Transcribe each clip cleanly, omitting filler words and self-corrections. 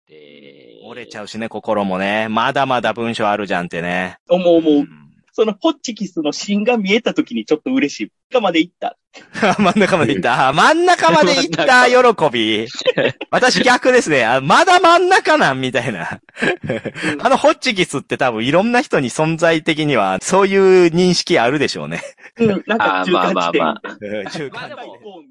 折れちゃうしね、心もね。まだまだ文章あるじゃんってね。 思う。そのホッチキスの芯が見えた時にちょっと嬉しい。真ん中まで行った。 真ん中まで行った。真ん中まで行った喜び。私逆ですね。まだ真ん中なんみたいな。ホッチキスって多分いろんな人に存在的にはそういう認識あるでしょうね。 なんか中間地点。 中間地点。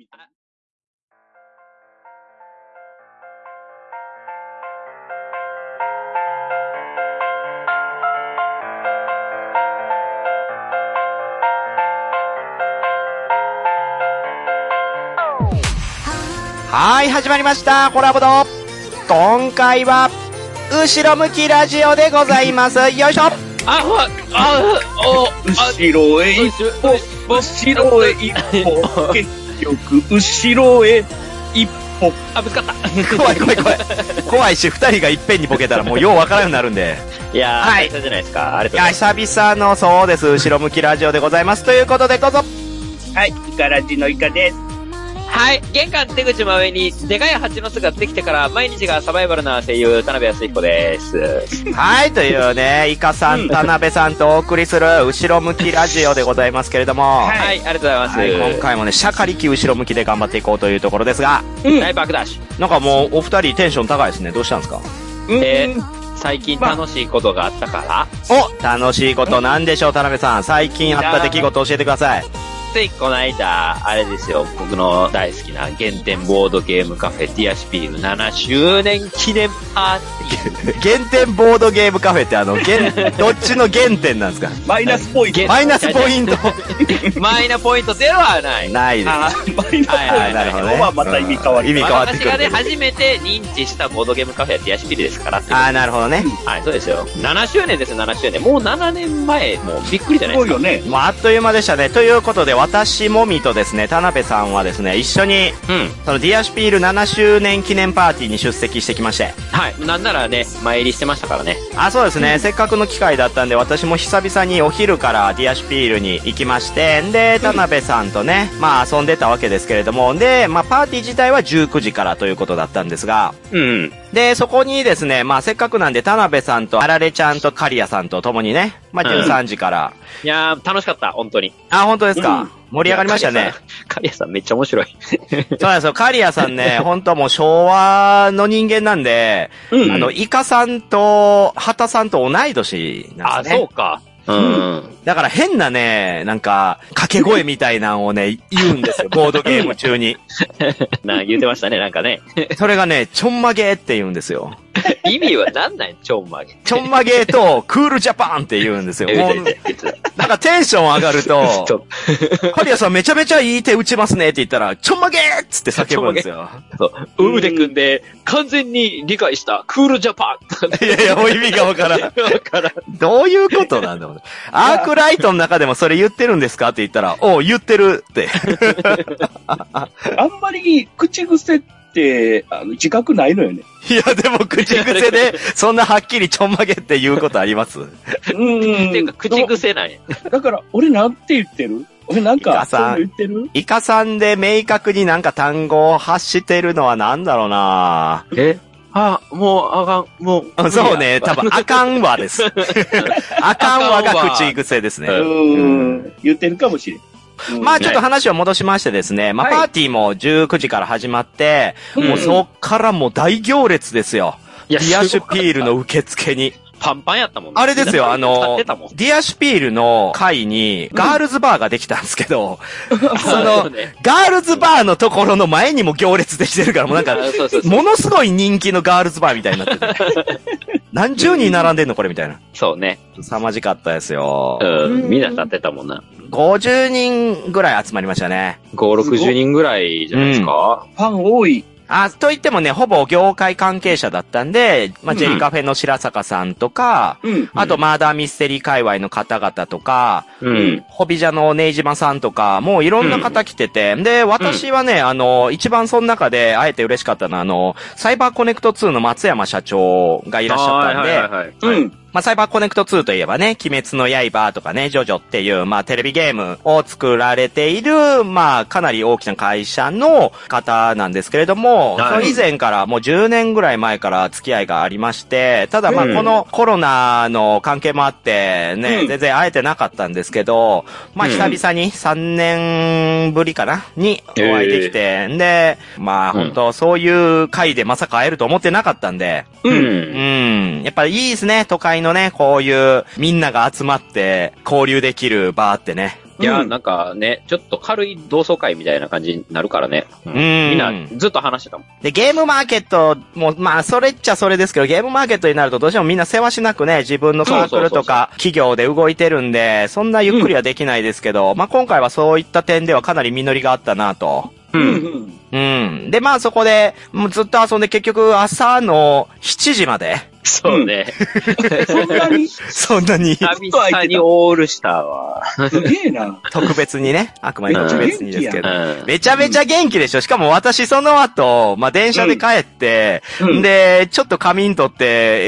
はい、始まりました。コラボド。今回は、後ろ向きラジオでございます。よいしょ。 後ろへ一歩、後ろへ一歩、結局、後ろへ一歩。 ぶつかった。 怖いし、二人がいっぺんにボケたらもうようわからんようになるんで。 いやー、はい、久々じゃないですか。ありがとうございます。 いや、久々の、そうです。後ろ向きラジオでございます。ということで、どうぞ。 はい、イカラジのイカです。 はい。玄関出口真上に、でかい蜂の巣ができてから、毎日がサバイバルな声優、田辺康彦です。 はい。というね、イカさん、田辺さんとお送りする、後ろ向きラジオでございますけれども。 はい。ありがとうございます。 はい。今回もね、シャカリキ後ろ向きで頑張っていこうというところですが。 大爆ダッシュ。 なんかもう、お二人テンション高いですね。どうしたんですか？ 最近楽しいことがあったから、 楽しいことなんでしょう、田辺さん。最近あった出来事教えてください。 ついこの間、あれですよ、僕の大好きな原点ボードゲームカフェディアシピール7周年記念パーティー。 原点ボードゲームカフェってどっちの原点なんですか？ マイナスポイント。 マイナスポイント。 マイナポイントゼロはない。 ないです。 マイナスポイントはまた意味変わる。 意味変わってくる。 私がね、初めて認知したボードゲームカフェはディアシピールですからって。 なるほどね。 はい、そうですよ。7周年ですよ、7周年。もう7年前、もうびっくりじゃないですか。 すごいよね。 もうあっという間でしたね。ということで、私もみとですね、田辺さんはですね、一緒に、そのディアシピール7周年記念パーティーに出席してきまして。 はい。なんならね、前入りしてましたからね。 そうですね。せっかくの機会だったんで、私も久々にお昼からディアシピールに行きまして、で、田辺さんとね、遊んでたわけですけれども、で、パーティー自体は19時からということだったんですが、で、そこにですね、せっかくなんで田辺さんとあられちゃんとカリアさんと共にね、13時から。 いやー、楽しかった、本当に。 本当ですか？盛り上がりましたね。 カリアさんめっちゃ面白い。 そうなんですよ。カリアさんね、本当もう昭和の人間なんで、イカさんと、ハタさんと同い年なんですね。 そうか。 だから変なね、なんか、掛け声みたいなのをね、言うんですよ、ボードゲーム中に。 言ってましたね、なんかね。 それがね、ちょんまげって言うんですよ。 意味はなんなんちょんまげ。 ちょんまげと、クールジャパンって言うんですよ。なんかテンション上がると、カリアさんめちゃめちゃいい手打ちますねって言ったら、ちょんまげーっつって叫ぶんですよ。 そう。腕組んで、完全に理解した、クールジャパン。 いや、もう意味がわからん。どういうことなんだろう。アークライトの中でもそれ言ってるんですかって言ったら、言ってるって。 あんまり口癖って、自覚ないのよね。 いや、でも口癖で、そんなはっきりちょんまげって言うことあります？ っていうか、口癖なんや。 だから、俺なんて言ってる？俺なんか、そう言ってる？ イカさんで明確になんか単語を発してるのはなんだろうな。 もう、あかん、もう。 そうね、多分、あかんわです。あかんわが口癖ですね。 言ってるかもしれん。 ちょっと話を戻しましてですね、パーティーも19時から始まって、もうそっからもう大行列ですよ。ディアシュピールの受付に。 パンパンやったもんね。 あれですよ、ディアシュピールの会に、ガールズバーができたんですけど、ガールズバーのところの前にも行列できてるから、もうなんか、ものすごい人気のガールズバーみたいになってて。何十人並んでんのこれみたいな。 そうね。 凄まじかったですよ。 みんな立ってたもんな。 50人ぐらい集まりましたね。 5、60人ぐらいじゃないですか。 ファン多い。 と言ってもね、ほぼ業界関係者だったんで、ジェリカフェの白坂さんとか、あとマーダーミステリー界隈の方々とか、ホビジャのネイジマさんとか、もういろんな方来てて、で、私はね、一番その中で、あえて嬉しかったのは、サイバーコネクト2の松山社長がいらっしゃったんで、 まあ、サイバーコネクト2といえばね、鬼滅の刃とかね、ジョジョっていう、まあ、テレビゲームを作られている、まあ、かなり大きな会社の方なんですけれども、 はい、 その以前からもう10年ぐらい前から付き合いがありまして、ただまあ、このコロナの関係もあってね、全然会えてなかったんですけど、まあ、久々に3年ぶりかなにお会いできて、で、まあ、本当そういう会でまさか会えると思ってなかったんで、やっぱりいいですね、都会のね、こういうみんなが集まって交流できる場ってね。 いや、なんかね、ちょっと軽い同窓会みたいな感じになるからね。みんなずっと話してたもん。 で、ゲームマーケットも、まあ、それっちゃそれですけど、ゲームマーケットになるとどうしてもみんな世話しなくね、自分のサークルとか企業で動いてるんで、そんなゆっくりはできないですけど、まあ今回はそういった点ではかなり実りがあったなと。で、まあそこで、もうずっと遊んで結局朝の7時まで。 そうね。 そんなに。 久々にオールスターは。 すげえな。 特別にね。あくまで特別にですけど。めちゃめちゃ元気でしょ。しかも私その後、まあ、電車で帰って、で、ちょっと仮眠取って、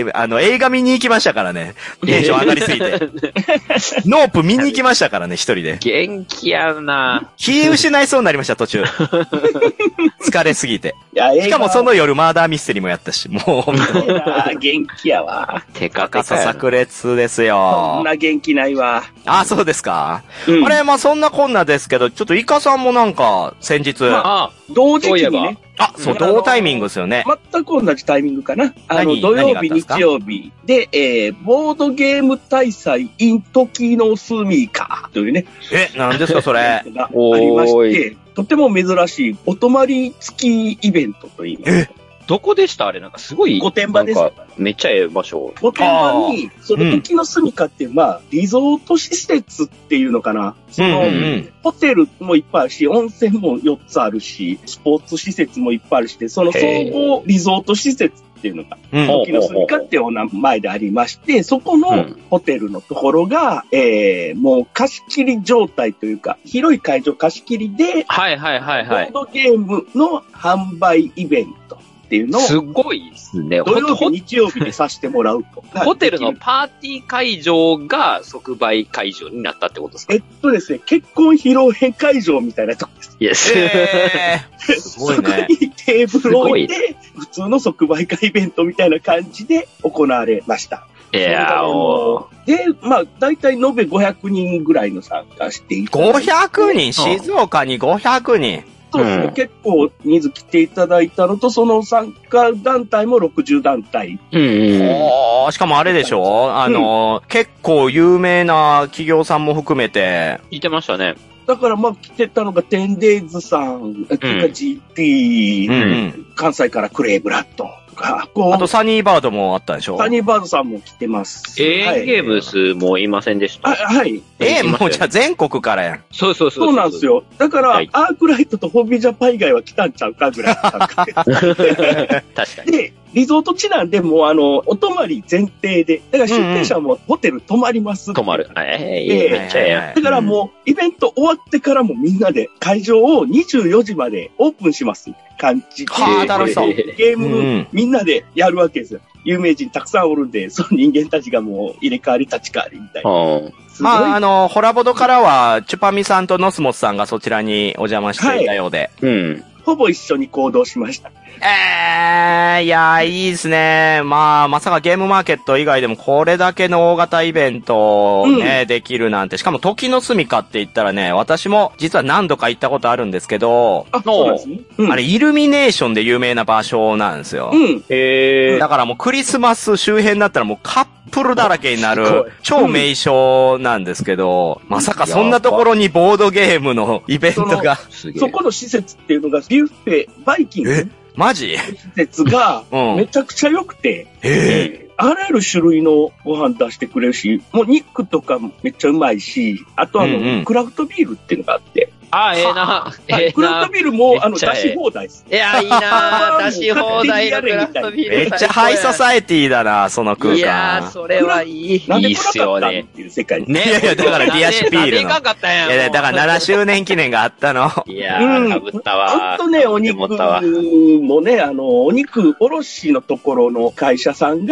映画見に行きましたからね。テンション上がりすぎて。ノープ見に行きましたからね、一人で。 元気やな。 気失いそうになりました、途中。疲れすぎて。しかもその夜マーダーミステリーもやったし、もう本当に。 元気やわ。 てかさ炸裂ですよ。 そんな元気ないわ。 あ、そうですか。あれ、まあ、そんなこんなですけど、ちょっとイカさんもなんか、先日。 同時期にね。 そう、同タイミングですよね。 全く同じタイミングかな。土曜日、日曜日で、ボードゲーム大祭 in 時の住みかというね。 何ですか、それ。 ありまして、とても珍しいお泊まり付きイベントといいます。 どこでしたあれなんかすごい。 御殿場です。 めっちゃええ場所。 御殿場に、その時の住みかっていう、まあ、リゾート施設っていうのかな。ホテルもいっぱいあるし、温泉も4つあるし、スポーツ施設もいっぱいあるし、その総合リゾート施設っていうのが、時の住みかっていうお名前でありまして、そこのホテルのところが、もう貸し切り状態というか、広い会場貸し切りで、ボードゲームの販売イベント。っていうのをすごいですね。 土曜日、日曜日でさせてもらうと。 ホテルのパーティー会場が即売会場になったってことですか？ ですね、結婚披露宴会場みたいなとこです。 すごいね。 そこにテーブルを置いて、普通の即売会イベントみたいな感じで行われました。で、まあ、だいたい延べ500人ぐらいの参加していた。 500人静岡に500人そうですね、結構人数来ていただいたのと、その参加団体も60団体。 しかもあれでしょ結構有名な企業さんも含めて。 言ってましたね。 だからまあ来てたのが10daysさん、GP、関西からクレイブラッド。あとサニーバードもあったでしょ？ サニーバードさんも来てます。 ゲームスもいませんでした。 はい。 もうじゃあ全国からやん。 そうなんですよ。だから、アークライトとホビージャパン以外は来たんちゃうかぐらい。確かに。で、リゾート地なんでもお泊まり前提で、だから出店者もホテル泊まります。 泊まる。めっちゃや。 だからもう、イベント終わってからもみんなで会場を24時までオープンします。感じで。 楽しそう。 ゲーム、みんなでやるわけですよ。有名人たくさんおるんで、その人間たちがもう入れ替わり立ち替わりみたいな。 まあ、ホラボドからは、チュパミさんとノスモスさんがそちらにお邪魔していたようで。 ほぼ一緒に行動しました。 いや、いいですね。まあ、まさかゲームマーケット以外でもこれだけの大型イベントね、できるなんて。しかも時の住みかって言ったらね、私も実は何度か行ったことあるんですけど、 そうですね。 あれ、イルミネーションで有名な場所なんですよ。だからもうクリスマス周辺だったらもうカップルだらけになる超名所なんですけど、まさかそんなところにボードゲームのイベントが。 そこの施設っていうのがビュッフェ、バイキング。 マジ？ 施設がめちゃくちゃ良くて、あらゆる種類のご飯出してくれるし、もう肉とかもめっちゃうまいし、あとクラフトビールっていうのがあって、クラフトビールも出し放題です。 いや、いいな出し放題のクラフトビール。 めっちゃハイソサエティだな、その空間。 いやそれはいい。 いいっすよね。っていう世界ね。いや、だからディアシュピールの。 いや、だから7周年記念があったの。 いやかぶったわ。 ほんとね、お肉もね、お肉卸のところの会社さんがやって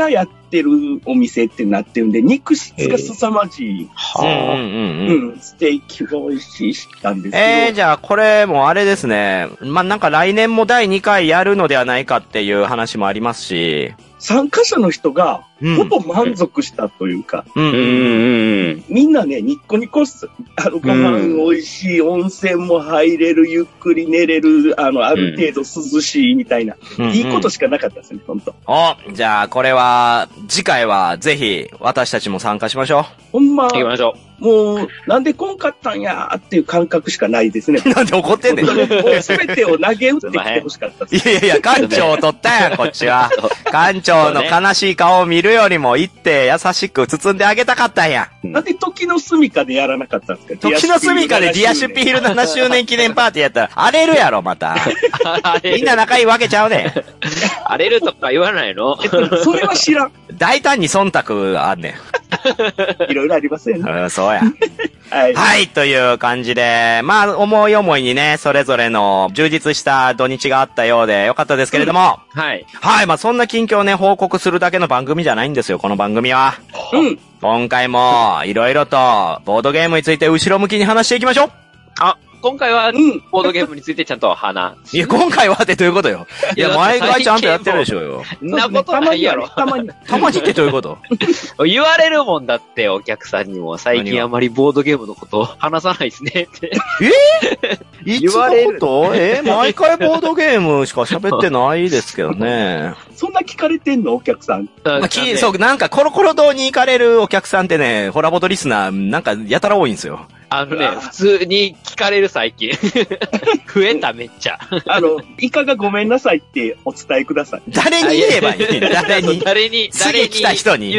ってるお店ってなってるんで、肉質が凄まじい。ステーキが美味しいしたんですけど。 じゃあこれもあれですね。まあ、なんか来年も第2回やるのではないかっていう話もありますし。 参加者の人が、ほぼ満足したというか。みんなね、ニッコニコご飯美味しい、温泉も入れる、ゆっくり寝れる、ある程度涼しいみたいな、いいことしかなかったですね、ほんと。 じゃあこれは、次回はぜひ私たちも参加しましょう。 ほんま。 行きましょう。もう、なんで来んかったんやーっていう感覚しかないですね。 なんで怒ってんねん。 もうすべてを投げ打ってきてほしかったです。 いや、館長を取ったやん、こっちは。館長の悲しい顔を見るよりも、行って優しく包んであげたかったんや。 なんで時の住処でやらなかったんですか？ 時の住処でディアシュピール7周年記念パーティーやったら、荒れるやろ、また。みんな仲いいわけちゃうねん。 荒れるとか言わないの？ それは知らん。 大胆に忖度あんねん。いろいろありますよね。 そうや。 はい。 はい、という感じで、まあ、思い思いにね、それぞれの充実した土日があったようでよかったですけれども。 はい。 はい、まあ、そんな近況をね、報告するだけの番組じゃないんですよ、この番組は。今回も、いろいろと、ボードゲームについて後ろ向きに話していきましょう。 今回は、ボードゲームについてちゃんといや、今回はってどういうことよ。いや、毎回ちゃんとやってるでしょうよ。 そんなことないやろ。 たまにってどういうこと言われるもんだって、お客さんにも、最近あまりボードゲームのこと話さないですねって。 いつのこと毎回ボードゲームしか喋ってないですけどね。 そんな聞かれてんのお客さん。 そう、なんかコロコロ堂に行かれるお客さんってね、ホラボドリスナー、なんかやたら多いんですよ。 普通に聞かれる最近。増えためっちゃ。 イカがごめんなさいってお伝えください。 誰に言えばいい？ 誰に次来た人に言って、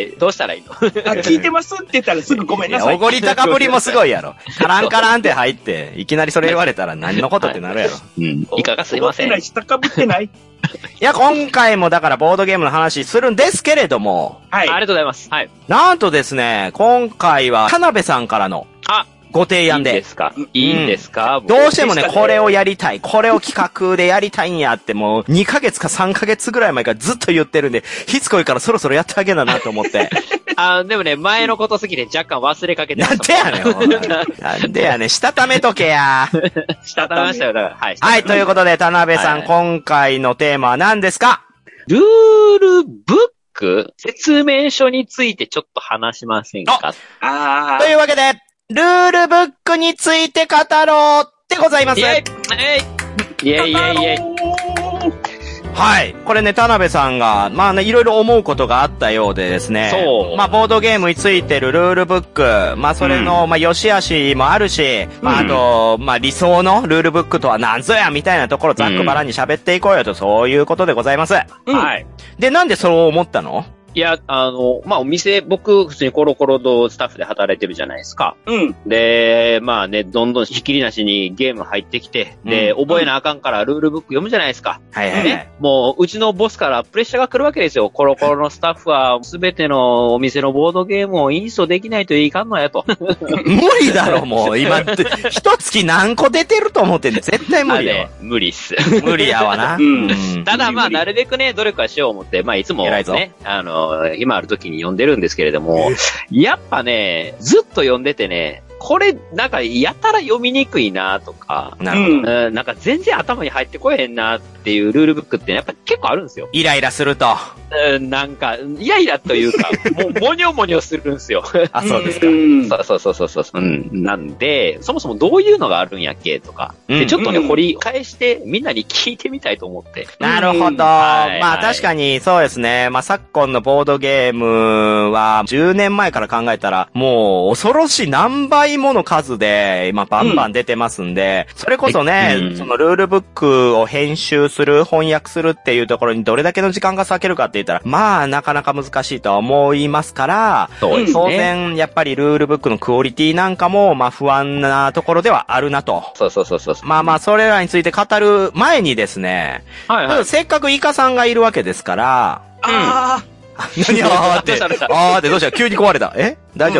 どうしたらいいの？ 聞いてますって言ったらすぐごめんなさい。 おごり高ぶりもすごいやろ。カランカランって入って、いきなりそれ言われたら何のことってなるやろ。 イカがすいません。 高ぶってない。いや、今回もだからボードゲームの話するんですけれども。 はい。ありがとうございます。はい。 なんとですね、今回は田辺さんからのご提案で。 いいんですか？いいんですか？ どうしてもね、これをやりたい。これを企画でやりたいんやってもう2ヶ月か3ヶ月ぐらい前からずっと言ってるんで、しつこいからそろそろやってあげななと思って。 でもね、前のことすぎて若干忘れかけてなんでやねん、なんでやねん、したためとけや。 したためましたよ、だから。はい。 はい、ということで、田辺さん、今回のテーマは何ですか？ ルールブック説明書についてちょっと話しませんか？ というわけで、ルールブックについて語ろうでございます。 イェイはい。これね、田辺さんが、まあね、いろいろ思うことがあったようでですね。 そう。 まあ、ボードゲームについてるルールブック、まあ、それの、まあ、良し悪しもあるし、まあ、あと、まあ、理想のルールブックとは何ぞやみたいなところざっくばらんに喋っていこうよと、そういうことでございます。はい。で、なんでそう思ったの？ いや、まあ、お店、僕、普通にコロコロ堂スタッフで働いてるじゃないですか。で、まあね、どんどんひっきりなしにゲーム入ってきて、で、覚えなあかんからルールブック読むじゃないですか。ね。もう、うちのボスからプレッシャーが来るわけですよ。コロコロのスタッフは、すべてのお店のボードゲームをインストできないといかんのやと。 無理だろ、もう。今って、一月何個出てると思ってんの？絶対無理やわ。 無理っす。 無理やわな。 ただまあ、なるべくね、努力はしよう思って、まあ、いつもね、今ある時に読んでるんですけれども、やっぱね、ずっと読んでてね、これ、なんか、やたら読みにくいなとか、 なるほど。 なんか全然頭に入ってこえへんなっていうルールブックってやっぱ結構あるんですよ。 イライラすると。 なんか、イライラというか、もう、もにょもにょするんですよ。 あ、そうですか。 そう。なんで、そもそもどういうのがあるんやっけとか、で、ちょっとね、掘り返して、みんなに聞いてみたいと思って。 なるほど。まあ確かにそうですね。まあ昨今のボードゲームは、10年前から考えたら、もう恐ろしい何倍もの数で、今バンバン出てますんで、それこそね、そのルールブックを編集する、翻訳するっていうところにどれだけの時間が割けるかって言ったら、まあなかなか難しいとは思いますから、当然やっぱりルールブックのクオリティなんかも、まあ不安なところではあるなと。 そう。 まあそれらについて語る前にですね、せっかくイカさんがいるわけですから、何ってどうした急に壊れた。大丈夫？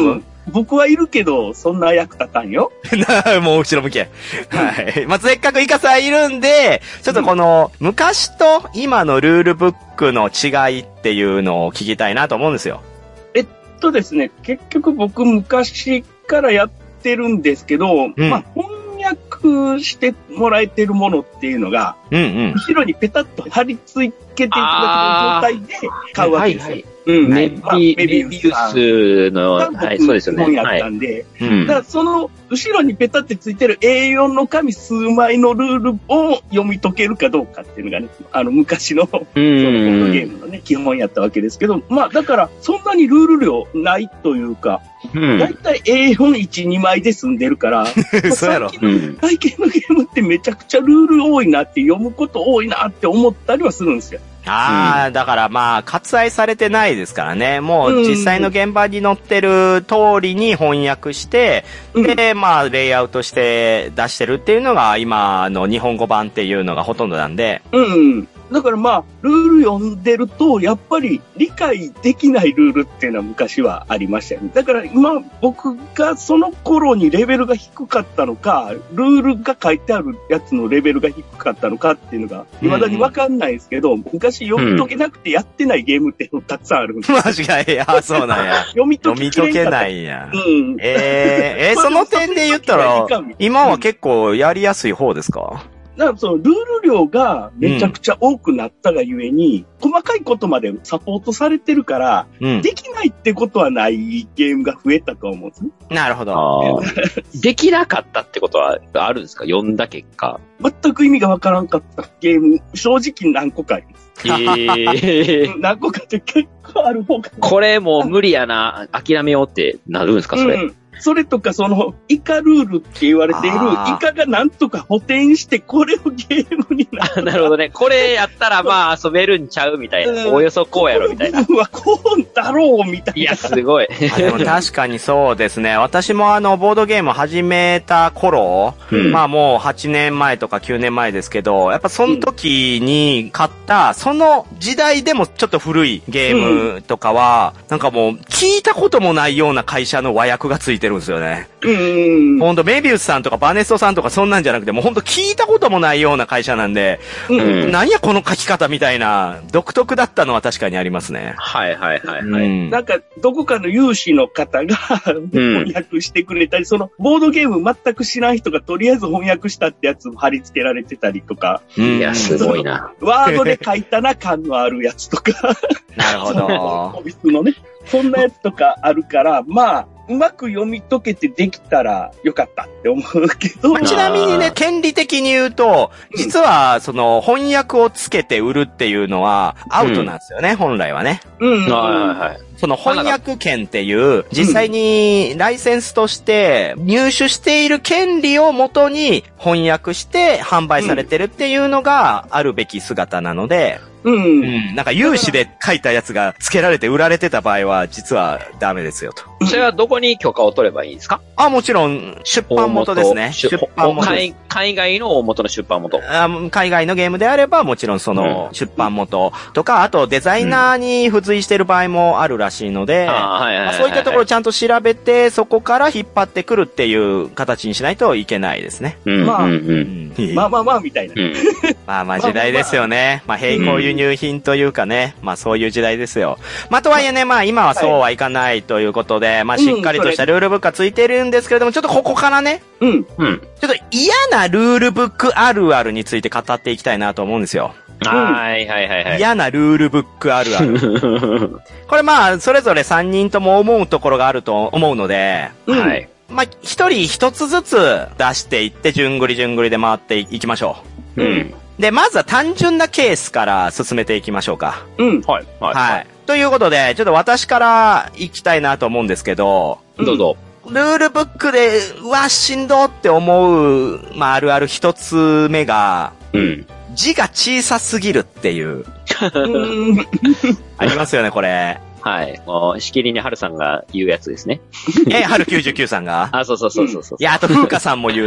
僕はいるけど、そんな役立たんよ。 もう後ろ向け。はい。まあ、せっかくイカさんいるんで、ちょっとこの、昔と今のルールブックの違いっていうのを聞きたいなと思うんですよ。 ですね、結局僕昔からやってるんですけど、まあ、翻訳してもらえてるものっていうのが、後ろにペタッと貼り付けていただける状態で買うわけですよ。 メビウスの、はい、そうですよね。 本やったんで、だからその後ろにペタってついてる A4 の紙数枚のルールを読み解けるかどうかっていうのがね、昔の、そのボードゲームのね、基本やったわけですけど、まあだからそんなにルール量ないというか、だいたい A41、2枚で済んでるから、 そうやろ。 最近のゲームってめちゃくちゃルール多いなって読むこと多いなって思ったりはするんですよ。 だからまあ、割愛されてないですからね。もう実際の現場に載ってる通りに翻訳して、で、まあ、レイアウトして出してるっていうのが今の日本語版っていうのがほとんどなんで。 だからまあ、ルール読んでると、やっぱり理解できないルールっていうのは昔はありましたよね。だから今、僕がその頃にレベルが低かったのか、ルールが書いてあるやつのレベルが低かったのかっていうのが、未だにわかんないですけど、昔読み解けなくてやってないゲームってたくさんあるんですよ。 マジかいや、そうなんや。 読み解けないんや。その点で言ったら、今は結構やりやすい方ですか？ だからそのルール量がめちゃくちゃ多くなったがゆえに、細かいことまでサポートされてるから、できないってことはないゲームが増えたと思うんですね。 なるほど。 できなかったってことはあるんですか？読んだ結果。 全く意味がわからんかったゲーム、正直何個かあります。何個かって結構ある方か。 これもう無理やな、諦めようってなるんですか、それ。 それとか、イカルールって言われている、イカがなんとか補填して、これをゲームになる。 なるほどね。これやったらまあ遊べるんちゃうみたいな。およそこうやろみたいな。 こうだろうみたいな。 いや、すごい。 でも確かにそうですね。私もボードゲーム始めた頃、まあもう8年前とか9年前ですけど、やっぱその時に買った、その時代でもちょっと古いゲームとかは、なんかもう聞いたこともないような会社の和訳がついてるんですよね。ほんとメビウスさんとかバネストさんとかそんなんじゃなくて、もうほんと聞いたこともないような会社なんで、何やこの書き方みたいな、独特だったのは確かにありますね。 なんか、どこかの有志の方が翻訳してくれたり、そのボードゲーム全く知らん人がとりあえず翻訳したってやつも貼り付けられてたりとか。 いや、すごいな。 ワードで書いたな感のあるやつとか。 なるほど。 コミックのね、そんなやつとかあるから、まあ、うまく読み解けてできたらよかったって思うけど。 ちなみにね、権利的に言うと、実は、翻訳をつけて売るっていうのは、アウトなんですよね、本来はね。その翻訳権っていう、実際にライセンスとして入手している権利をもとに翻訳して販売されてるっていうのがあるべき姿なので、なんか有志で書いたやつが付けられて売られてた場合は、実はダメですよと。 それはどこに許可を取ればいいんですか？ もちろん、出版元ですね。出版元。 海外の大元の出版元。 海外のゲームであれば、もちろんその出版元とか、あとデザイナーに付随している場合もあるらしいので、そういったところをちゃんと調べて、そこから引っ張ってくるっていう形にしないといけないですね。 まあ、みたいな。 まあ時代ですよね。まあ並行輸入品というかね、まあそういう時代ですよ。まあとはいえね、まあ今はそうはいかないということで、まあしっかりとしたルールブックがついてるんですけれども、ちょっとここからね、ちょっと嫌なルールブックあるあるについて語っていきたいなと思うんですよ。嫌なルールブックあるある。これまあ、それぞれ3人とも思うところがあると思うので、まあ、一人一つずつ出していって、順繰りで回っていきましょう。で、まずは単純なケースから進めていきましょうか。ということで、ちょっと私から行きたいなと思うんですけど、 どうぞ。 ルールブックで、しんどって思う、まあ、あるある一つ目が、字が小さすぎるっていう。ありますよね、これ。 もう、しきりに春さんが言うやつですね。 春99さんがそう。 いや、あと風花さんも言うな。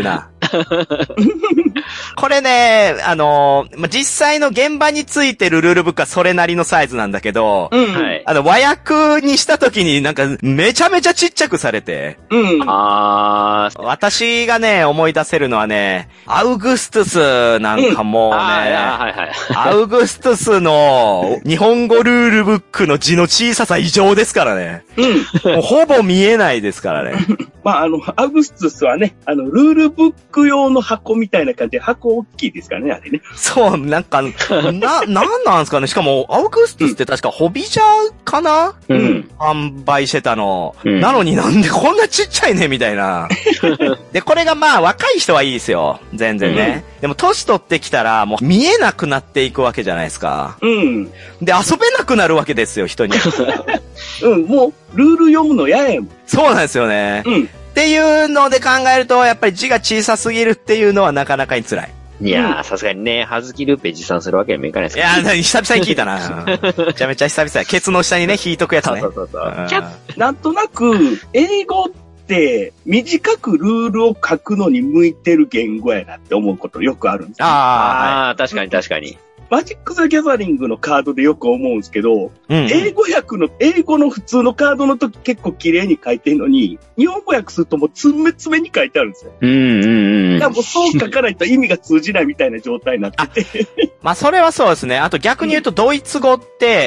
これね、実際の現場についてるルールブックはそれなりのサイズなんだけど、 うん、はい。 和訳にした時になんかめちゃめちゃちっちゃくされて、 うん。 私がね、思い出せるのはね、アウグストゥスなんかもうね、 はいはい。 アウグストゥスの日本語ルールブックの字の小ささ異常ですからね。もうほぼ見えないですからね。 まあ、アウグストゥスはね、ルールブック用の箱みたいな感じで、箱大きいですからね、あれね。 そう、なんか、なんなんですかね。しかも、アウグストゥスって確かホビジャーかな、 うん。 販売してたの。 うん、 なのになんでこんなちっちゃいねみたいな。で、これがまあ、若い人はいいですよ。全然ね。でも、年取ってきたら、もう見えなくなっていくわけじゃないですか。 うん。 で、遊べなくなるわけですよ、人に。 うん、もう、ルール読むの嫌やもん。 そうなんですよね。 うん。 っていうので考えると、やっぱり字が小さすぎるっていうのはなかなかに辛い。 いやー、さすがにね、はずきルーペ持参するわけにもいかないですから。いやー、久々に聞いたな。めちゃめちゃ久々。ケツの下にね、引いとくやつね。 そう。 なんとなく、英語って短くルールを書くのに向いてる言語やなって思うことよくあるんですよ。 ああ、確かに。 マジック・ザ・ギャザリングのカードでよく思うんですけど、英語の普通のカードの時結構綺麗に書いてるのに、日本語訳するともう詰めに書いてあるんですよ。だからもうそう書かないと意味が通じないみたいな状態になってて。 まあそれはそうですね。あと逆に言うとドイツ語って、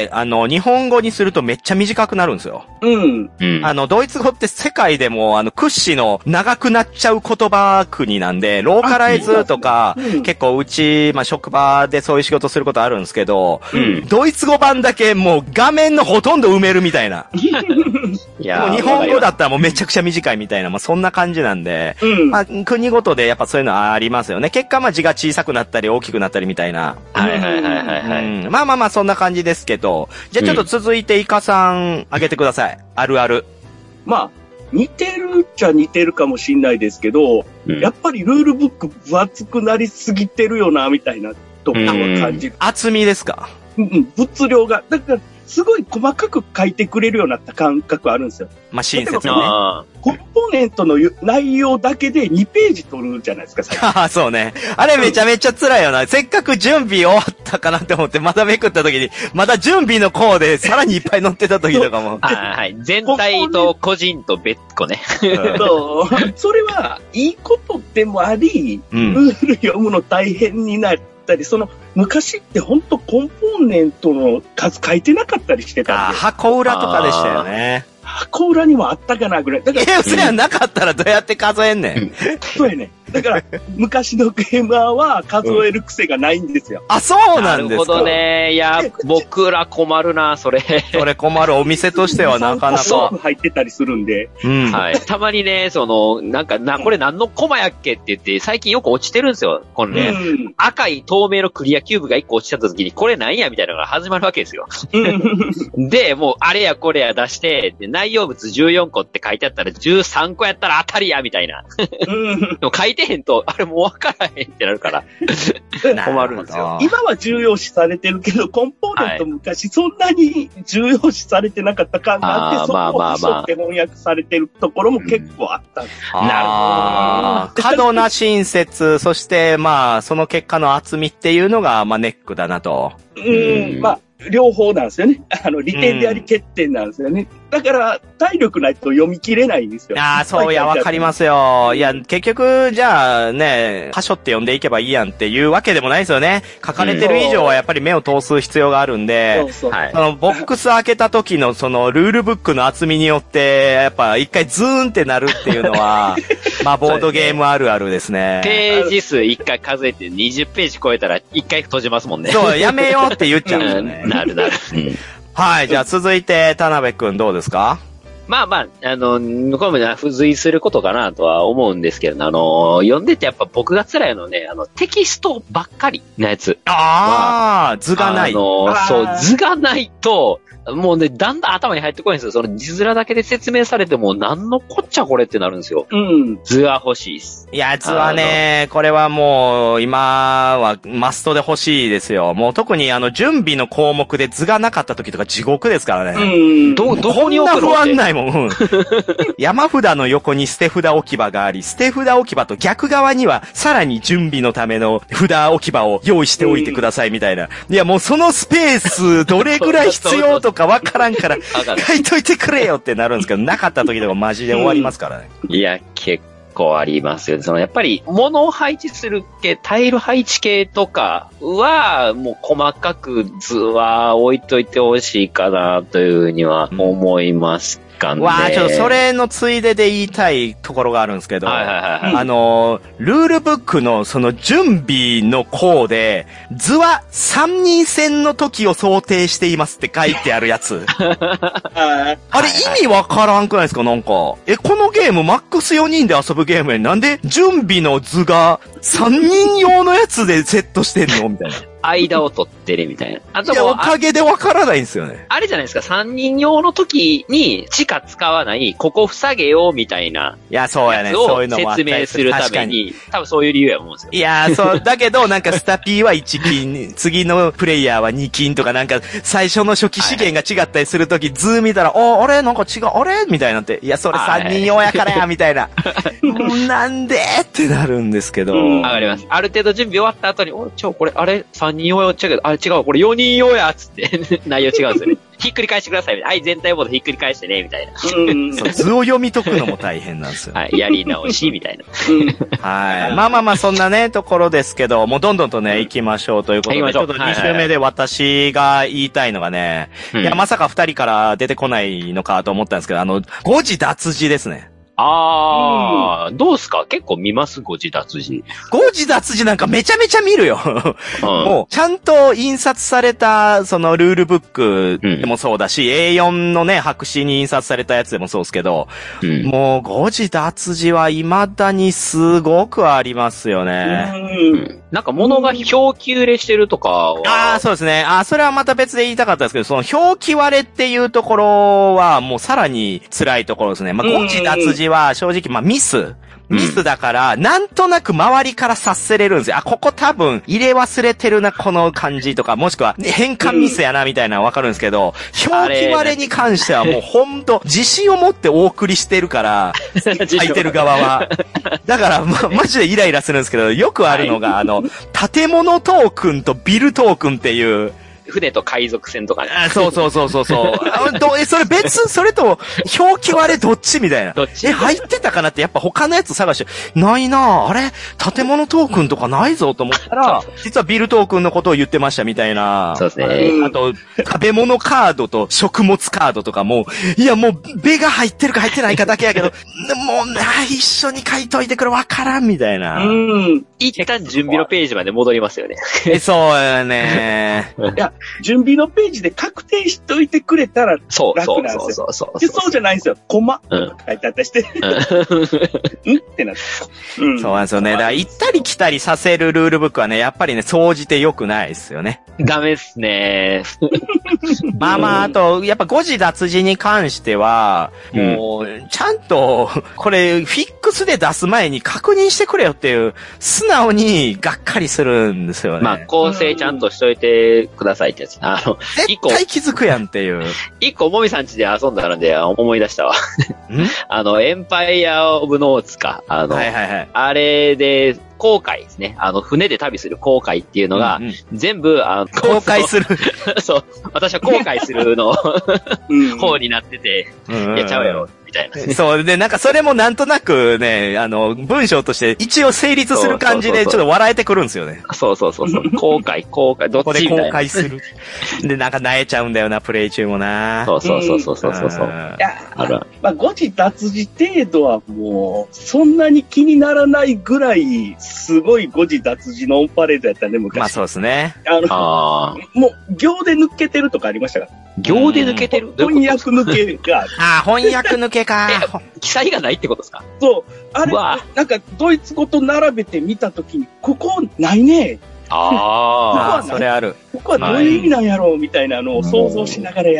日本語にするとめっちゃ短くなるんですよ。ドイツ語って世界でも屈指の長くなっちゃう言葉国なんで、ローカライズとか、結構うち、まあ職場でそういう仕事することあるんですけど、ドイツ語版だけもう画面のほとんど埋めるみたいな。いやもう日本語だったらもうめちゃくちゃ短いみたいな、まあそんな感じなんで、まあ国ごとでやっぱそういうのはありますよね。結果まあ字が小さくなったり大きくなったりみたいな。まあそんな感じですけど、じゃあちょっと続いてイカさんあげてください。あるある。 まあ、似てるっちゃ似てるかもしんないですけど、やっぱりルールブック分厚くなりすぎてるよな、みたいなところは感じる。 厚みですか？ 物量が。だから、すごい細かく書いてくれるようになった感覚あるんですよ。 まあ、親切ね。 コンポーネントの内容だけで2ページ取るじゃないですか、最近。 ああ、そうね。あれめちゃめちゃ辛いよな。せっかく準備終わったかなって思って、まためくった時に、まだ準備のコーでさらにいっぱい載ってた時とかも。 はい。全体と個人と別個ね。 それは、いいことでもあり、ルール読むの大変になったり、昔って本当コンポーネントの数書いてなかったりしてたんで。 箱裏とかでしたよね。 箱裏にもあったかなぐらい。だから。 それはなかったらどうやって数えんねん。 そうやね。だから、昔のゲーマーは数える癖がないんですよ。 あ、そうなんですか。 なるほどね。いや、僕ら困るな、それ。 それ困る。お店としてはなかなか。 入ってたりするんで。 はい。たまにね、これ何のコマやっけって言って、最近よく落ちてるんですよ。このね、赤い透明のクリアキューブが1個落ちちゃった時に、これなんやみたいなのが始まるわけですよ。で、もう、あれやこれや出して、で内容物14個って書いてあったら、13個やったら当たりやみたいな。でも書いてへんと、あれもう分からへんってなるから、困るんですよ。 今は重要視されてるけど、コンポーネント昔そんなに重要視されてなかった感があって、そこを端折って翻訳されてるところも結構あったんです。 なるほど。過度な親切、そしてまあ、その結果の厚みっていうのが、まあネックだなと。 まあ、両方なんですよね。利点であり欠点なんですよね。だから、体力ないと読み切れないんですよ。 ああ、そういや、わかりますよ。いや、結局、じゃあね、端折って読んでいけばいいやんっていうわけでもないですよね。書かれてる以上はやっぱり目を通す必要があるんで、ボックス開けた時のそのルールブックの厚みによって、やっぱ一回ズーンってなるっていうのは、まあ、ボードゲームあるあるですね。 ページ数一回数えて20ページ超えたら一回閉じますもんね。 そう、やめようって言っちゃうんですよね。 なる。 はい、じゃあ続いて、田辺くんどうですか？ まあ、これも付随することかなとは思うんですけど、読んでてやっぱ僕が辛いのね、テキストばっかりなやつ。 図がない。 そう、図がないと、 もうね、だんだん頭に入ってこないんですよ。その字面だけで説明されても、なんのこっちゃこれってなるんですよ。 うん。 図は欲しいです。 いや、図はね、これはもう、今はマストで欲しいですよ。もう特に準備の項目で図がなかった時とか地獄ですからね。 うん。 どこに置くの？ こんな不安ないもん。うん、山札の横に捨て札置き場があり、捨て札置き場と逆側には、さらに準備のための札置き場を用意しておいてくださいみたいな。いや、もうそのスペース、どれぐらい必要とかわからんから、書いといてくれよってなるんですけど、なかった時とかマジで終わりますからね。 いや、結構ありますよね。やっぱり、物を配置する系、タイル配置系とかは、もう細かく図は置いといてほしいかなというふうには思いますかね。 わあ、ちょっとそれのついでで言いたいところがあるんですけど、 はいはいはいはい、 ルールブックのその準備の項で、図は3人戦の時を想定していますって書いてあるやつ。あれ意味わからんくないですか？なんか。このゲームマックス4人で遊ぶゲームやなんで準備の図が3人用のやつでセットしてんのみたいな。 間を取ってるみたいな。あともいや、おかげでわからないんですよね。 あれじゃないですか、3人用の時にしか使わない、ここ塞げようみたいな。 いや、そうやね。そういうのもあったり説明するために、多分そういう理由やと思うんですよ。 いや、そう、だけど、なんかスタピーは1金、次のプレイヤーは2金とかなんか、最初の初期資源が違ったりするとき、図見たら、あれなんか違う、あれみたいになって、いや、それ3人用やからや、みたいな。なんでってなるんですけど。 わかります。ある程度準備終わった後に、これ、あれ ?3 人用やっちゃうけど、あれ違う、これ4人用や、つって、内容違うんですよね。ひっくり返してください、みたいな。はい、全体ボードひっくり返してね、みたいな。 そう、図を読み解くのも大変なんですよ。 はい、やり直し、みたいな。 はい。まあ、そんなね、ところですけど、もうどんどんとね、行きましょうということで、ちょっと2週目で私が言いたいのがね、いや、まさか2人から出てこないのかと思ったんですけど、誤字脱字ですね。 どうすか？結構見ます？誤字脱字。 誤字脱字なんかめちゃめちゃ見るよ。もう、ちゃんと印刷された、そのルールブックでもそうだし、A4 のね、白紙に印刷されたやつでもそうですけど、もう誤字脱字は未だにすごくありますよね。 なんか物が表記売れしてるとかは。 そうですね。それはまた別で言いたかったですけど、その表記割れっていうところはもうさらに辛いところですね。まあ、誤字脱字は正直、まあ、ミスだから、なんとなく周りから察せれるんですよ。ここ多分入れ忘れてるな、この感じとか、もしくは変換ミスやな、みたいなのわかるんですけど、表記割れに関してはもうほんと、自信を持ってお送りしてるから、書いてる側は。だから、マジでイライラするんですけど、よくあるのが、建物トークンとビルトークンっていう、 船と海賊船とかね。 そう。それと、表記割れどっちみたいな。入ってたかなって、やっぱ他のやつ探して、ないなぁ。あれ建物トークンとかないぞと思ったら、実はビルトークンのことを言ってましたみたいな。 そうですね。 あと、食べ物カードと食物カードとかも、いやもう、ベが入ってるか入ってないかだけやけど、もう、一緒に書いといてくれ、わからんみたいな。 一旦準備のページまで戻りますよね。 そうやね。 いや、準備のページで確定しといてくれたら楽なんですよ。そうじゃないんですよ。コマ書いてあったりして。ってなって。 そうなんですよね。だから行ったり来たりさせるルールブックはね、やっぱりね、総じて良くないですよね。 ダメっすね。 あと、やっぱ誤字脱字に関しては、もう、ちゃんと、これ、フィックスで出す前に確認してくれよっていう、素直にがっかりするんですよね。 まあ、構成ちゃんとしといてくださいってやつ。 絶対気づくやんっていう。 一個、もみさん家で遊んだので思い出したわ。エンパイアオブノーツか。あれで、航海ですね。船で旅する航海っていうのが、全部、 航海する。 そう。私は航海するの方になってて、やっちゃうやろ。みたいな。 そうで、なんかそれもなんとなくね、文章として一応成立する感じでちょっと笑えてくるんですよね。 そう。航海、どっちみたいな。 ここで航海する。で、なんか萎えちゃうんだよな、プレイ中もな。 そう。いや、まあ、誤字脱字程度はもう、そんなに気にならないぐらい、すごい誤字脱字のオンパレードやったね、昔。 まあそうですね。 もう、行で抜けてるとかありましたか？ 行で抜けてる？ 翻訳抜けが。 翻訳抜けか。 記載がないってことですか？ そう。あれ、なんか、ドイツ語と並べてみたときに、ここないね。 それある。 ここはどういう意味なんやろうみたいなのを想像しながらやるって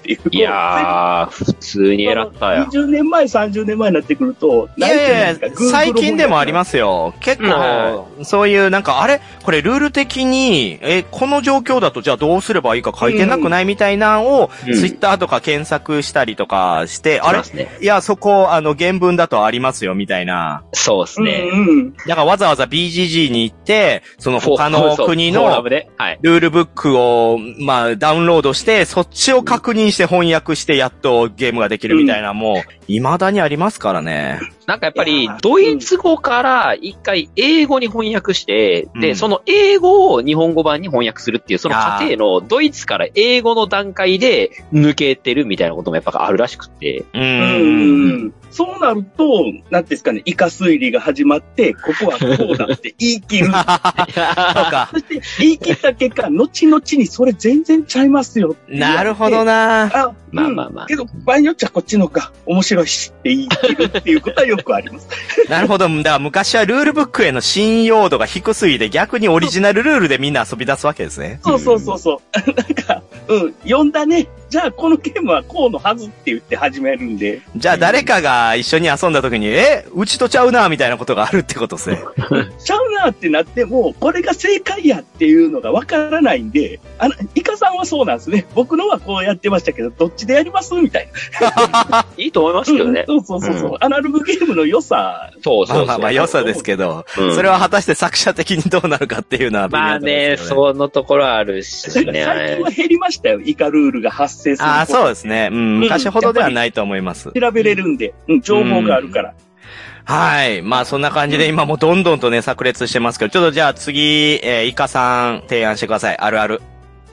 っていう。 いやー、普通に偉ったよ。 20年前、30年前になってくると、 いやいや、最近でもありますよ。結構、そういうなんか、あれこれルール的に、この状況だとじゃあどうすればいいか書いてなくないみたいなのを、ツイッターとか検索したりとかして、あれいや、そこ、原文だとありますよ、みたいな。 そうですね。 だからわざわざ BGG に行って、その他の国のルールブックを、まあ、ダウンロードして、そっちを確認して翻訳してやっとゲームができるみたいな、もう、未だにありますからね。 なんかやっぱり、ドイツ語から一回英語に翻訳して、で、その英語を日本語版に翻訳するっていう、その過程のドイツから英語の段階で抜けてるみたいなこともやっぱあるらしくて。 そうなると、なんですかね、イカ推理が始まって、ここはこうだって言い切る。そうか。そして言い切った結果、後々にそれ全然ちゃいますよ。 なるほどな。 まあまあまあ。 けど、場合によっちゃこっちのが面白いしって言い切るっていうことはよくあります。 なるほど。だから昔はルールブックへの信用度が低すぎて逆にオリジナルルールでみんな遊び出すわけですね。 そう。なんか、読んだね。じゃあこのゲームはこうのはずって言って始めるんで。 じゃあ誰かが一緒に遊んだ時に、うちとちゃうなみたいなことがあるってことですね。 ちゃうなってなっても、これが正解やっていうのがわからないんで、イカさんはそうなんですね。僕のはこうやってましたけど、どっちでやりますみたいな。いいと思いますけどね。 そう。アナログゲームの良さ。 そう。まあ良さですけど、それは果たして作者的にどうなるかっていうのは、 まあね、そのところあるしね。 最近は減りましたよ。イカルールが発生する。 そうですね。昔ほどではないと思います。 調べれるんで、情報があるから。 はい。まあそんな感じで今もどんどんとね、炸裂してますけど、ちょっとじゃあ次、イカさん提案してください。あるある。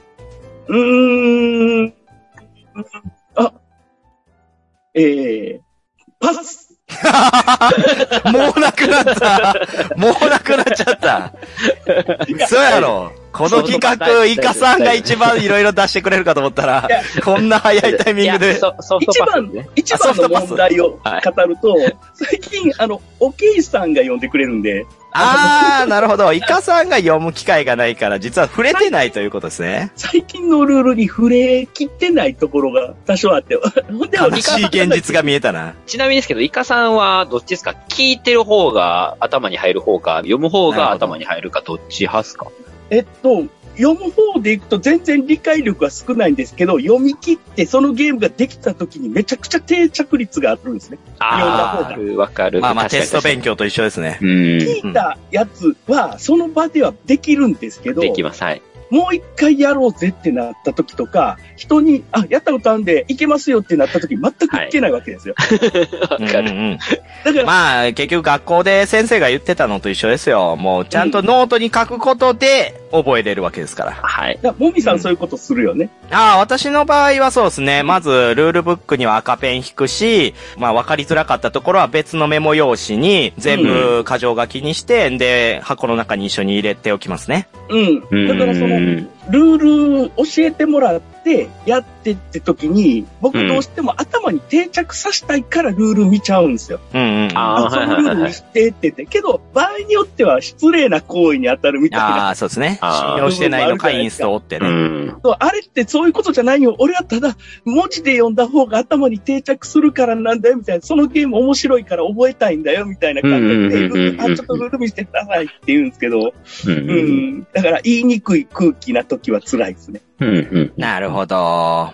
パスもうなくなっちゃった。そうやろ。この企画、イカさんが一番いろいろ出してくれるかと思ったら、こんな早いタイミングで。 一番の問題を語ると、最近、おけいさんが呼んでくれるんで。 なるほど。イカさんが読む機会がないから、実は触れてないということですね。 最近のルールに触れきってないところが多少あって。 悲しい現実が見えたな。 ちなみにですけど、イカさんはどっちですか？聞いてる方が頭に入る方か、読む方が頭に入るか、どっち派ですか？ 読む方でいくと全然理解力が少ないんですけど、読み切ってそのゲームができた時にめちゃくちゃ定着率があるんですね。読んだ方が。 わかる。 まあテスト勉強と一緒ですね。 聞いたやつはその場ではできるんですけど。 できます。はい。 もう一回やろうぜってなった時とか、人に、やったことあるんで、いけますよってなった時、全くいけないわけですよ。 わかる。 だからまあ、結局学校で先生が言ってたのと一緒ですよ。もう、ちゃんとノートに書くことで覚えれるわけですから。 はい。 もみさんそういうことするよね。 私の場合はそうですね。まず、ルールブックには赤ペン引くし、まあ、わかりづらかったところは別のメモ用紙に全部箇条書きにして、で、箱の中に一緒に入れておきますね。 だからルール教えてもらってやってって時に、僕どうしても頭に定着させたいからルール見ちゃうんですよ。そのルールにしてって言って。けど、場合によっては失礼な行為に当たるみたいな。 そうですね。信用してないのかインストをってね。 あれってそういうことじゃないよ。俺はただ文字で読んだ方が頭に定着するからなんだよみたいな。そのゲーム面白いから覚えたいんだよみたいな感覚で、ちょっとルール見してくださいって言うんですけど、だから言いにくい空気な時は辛いですね。 なるほど。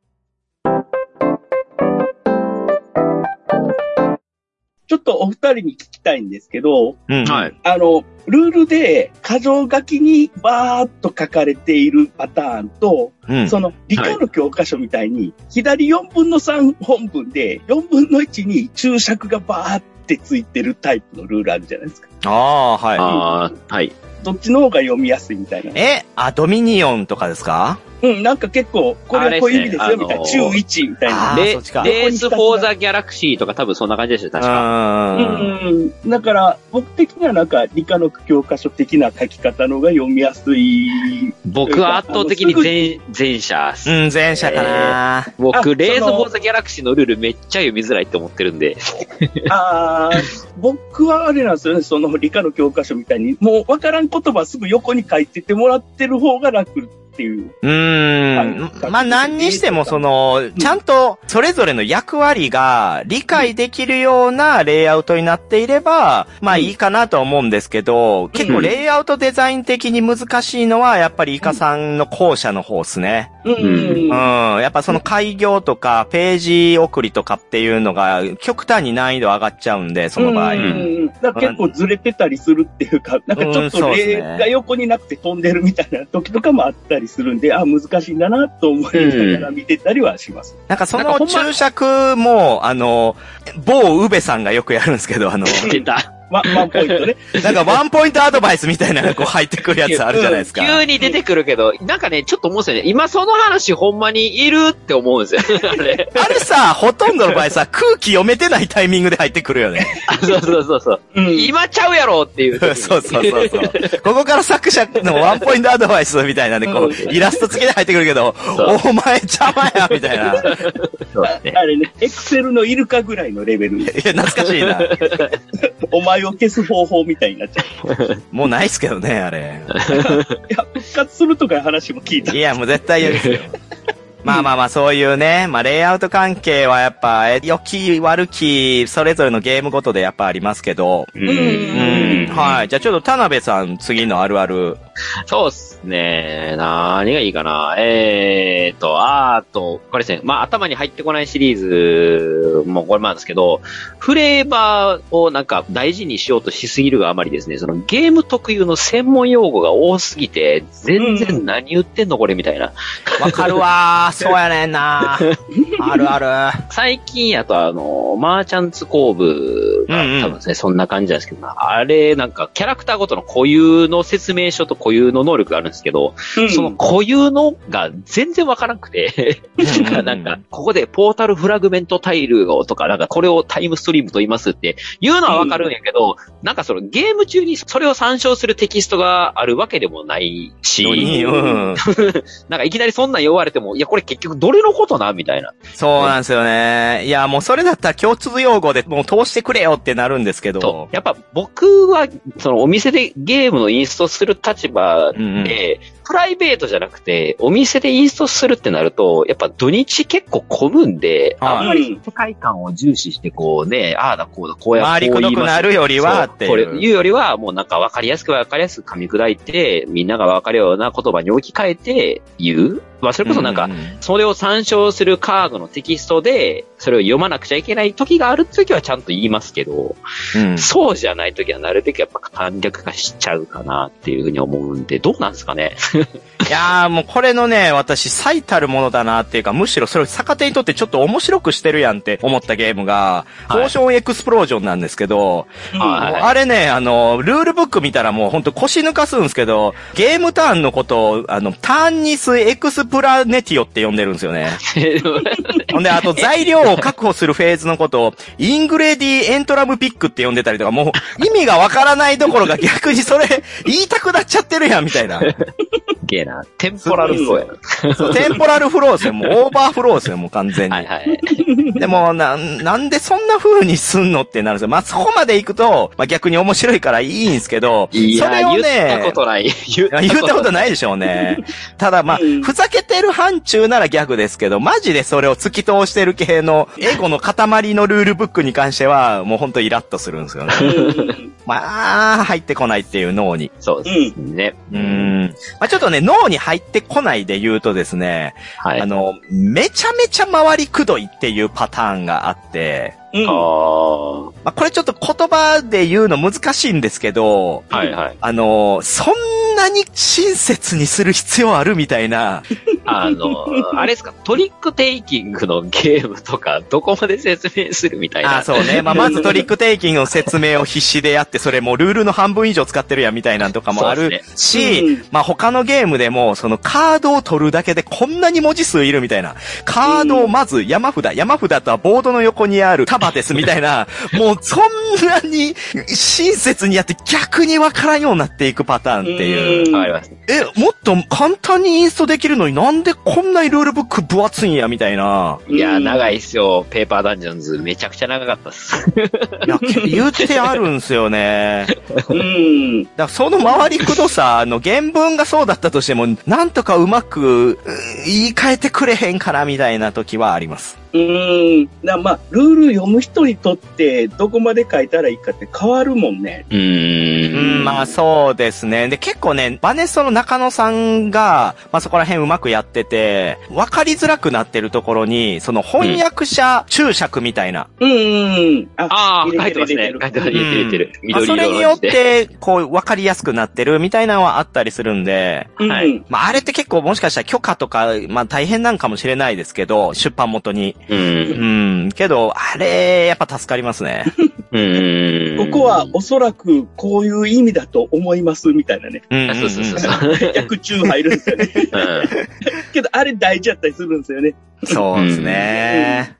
ちょっとお二人に聞きたいんですけど、 はい。 ルールで箇条書きにバーっと書かれているパターンと、その理科の教科書みたいに、左4分の3本文で4分の1に注釈がバーってついてるタイプのルールあるじゃないですか。 はい。 どっちの方が読みやすいみたいな。 ドミニオンとかですか？ なんか結構、これはこういう意味ですよ、みたいな。中1みたいな。 レース・フォー・ザ・ギャラクシーとか多分そんな感じでしたよ、確か。 だから、僕的にはなんか、理科の教科書的な書き方のが読みやすい。 僕は圧倒的に前者。 前者かな。 僕、レース・フォー・ザ・ギャラクシーのルールめっちゃ読みづらいって思ってるんで。 僕はあれなんですよね、その理科の教科書みたいに、もうわからん言葉すぐ横に書いててもらってる方が楽っていう。 まあ、何にしてもちゃんとそれぞれの役割が理解できるようなレイアウトになっていれば、まあいいかなとは思うんですけど、結構レイアウトデザイン的に難しいのは、やっぱりイカさんの後者の方ですね。やっぱその開業とか、ページ送りとかっていうのが、極端に難易度上がっちゃうんで、その場合。 だから結構ずれてたりするっていうか、なんかちょっとレーが横になくて飛んでるみたいな時とかもあったりするんで、難しいんだなと思いながら見てたりはします。 なんかその注釈も、某宇部さんがよくやるんですけど、 出た。 ワンポイントね。 なんかワンポイントアドバイスみたいなのが入ってくるやつあるじゃないですか。 急に出てくるけど、なんかね、ちょっと思うんですよね。今その話ほんまにいるって思うんですよ。あれさ、ほとんどの場合さ、空気読めてないタイミングで入ってくるよね。 そう。今ちゃうやろっていう。 そう。ここから作者のワンポイントアドバイスみたいなんで、イラスト付きで入ってくるけど、お前邪魔やみたいな。 あれね、エクセルのイルカぐらいのレベル。いや、 懐かしいな。 お前を消す方法みたいになっちゃう。 もうないっすけどね、あれ。 いや、復活するとかいう話も聞いた。 いや、もう絶対嫌ですよ。まあ、そういうね、レイアウト関係はやっぱ、良き悪き、それぞれのゲームごとでやっぱありますけど。はい。じゃあちょっと田辺さん、次のあるある。 そうっすね。何がいいかな。これですね。頭に入ってこないシリーズもこれもなんですけど、フレーバーをなんか大事にしようとしすぎるがあまりですね、そのゲーム特有の専門用語が多すぎて、全然何言ってんのこれみたいな。 わかるわー。そうやねんなあるある。 最近やとマーチャンツコーブが多分ですね、そんな感じなんですけど、あれなんかキャラクターごとの固有の説明書と固有の能力があるんですけど、その固有のが全然わからなくて、なんか、ここでポータルフラグメントタイルをとか、なんかこれをタイムストリームと言いますって言うのはわかるんやけど、なんかそのゲーム中にそれを参照するテキストがあるわけでもないし、なんかいきなりそんなん言われても、いやこれ結局どれのことなみたいな。 そうなんですよね。いや、もうそれだったら共通用語でもう通してくれよってなるんですけど。 やっぱ僕は、そのお店でゲームのインストする立場で、プライベートじゃなくて、お店でインストするってなると、やっぱ土日結構混むんで、あんまり世界観を重視してこうね、ああだこうだ、こうやってこう言います。回りくどくなるよりはっていう。これ言うよりは、もうなんか分かりやすく噛み砕いて、みんなが分かるような言葉に置き換えて言う。それこそなんか、それを参照するカードのテキストで、それを読まなくちゃいけない時がある時はちゃんと言いますけど、そうじゃない時はなるべくやっぱ簡略化しちゃうかなっていうふうに思うんで、どうなんですかね。 いやーもうこれのね、私最たるものだなっていうか、むしろそれを逆手にとってちょっと面白くしてるやんって思ったゲームが、ポーションエクスプロージョンなんですけど、あれね、ルールブック見たらもうほんと腰抜かすんですけど、ゲームターンのことを、ターンニスエクスプラネティオって呼んでるんですよね。ほんで、あと材料を確保するフェーズのことを、イングレディエントラムピックって呼んでたりとか、もう意味がわからないどころが逆にそれ言いたくなっちゃってるやんみたいな。 ゲーな。テンポラルフローやな。そう、テンポラルフローですよ。もうオーバーフローですよ、もう完全に。でも、なんでそんな風にすんのってなるんですよ。そこまで行くと、逆に面白いからいいんですけど、それをね、 言ったことない。 言ったことないでしょうね。ただふざけてる範疇なら逆ですけど、マジでそれを突き通してる系の、エゴの塊のルールブックに関しては、もうほんとイラッとするんですよね。入ってこないっていう脳に。 そうですね。 ちょっとね、脳に入ってこないで言うとですね、めちゃめちゃ回りくどいっていうパターンがあって、これちょっと言葉で言うの難しいんですけど、そんなに親切にする必要あるみたいな。 あれですか、トリックテイキングのゲームとか、どこまで説明するみたいな。 そうね。まずトリックテイキングの説明を必死でやって、それもうルールの半分以上使ってるやんみたいなんとかもあるし、他のゲームでも、そのカードを取るだけでこんなに文字数いるみたいな。カードをまず山札とはボードの横にある束ですみたいな、もうそんなに親切にやって逆にわからんようになっていくパターンっていう。 わかります。 もっと簡単にインストできるのになんでこんなにルールブック分厚いんや、みたいな。 いや、長いっすよ。ペーパーダンジョンズ。めちゃくちゃ長かったっす。 いや、言ってあるんすよね。だからその回りくどさ、原文がそうだったとしても、なんとかうまく言い換えてくれへんからみたいな時はあります。 まあ、ルール読む人にとって、どこまで書いたらいいかって変わるもんね。 まあそうですね。で、結構ね、バネストの中野さんが、まあそこら辺うまくやってて、わかりづらくなってるところに、その翻訳者注釈みたいな。 書いてますね。書いてます。入れてる。緑色の字で。 それによって、こう、わかりやすくなってるみたいなのはあったりするんで、 はい。 まああれって結構もしかしたら許可とか、まあ大変なんかもしれないですけど、出版元に。けど、あれ、やっぱ助かりますね。 ここはおそらくこういう意味だと思いますみたいなね。 そう。 訳中入るんですよね。けど、あれ大事だったりするんですよね。 そうですね。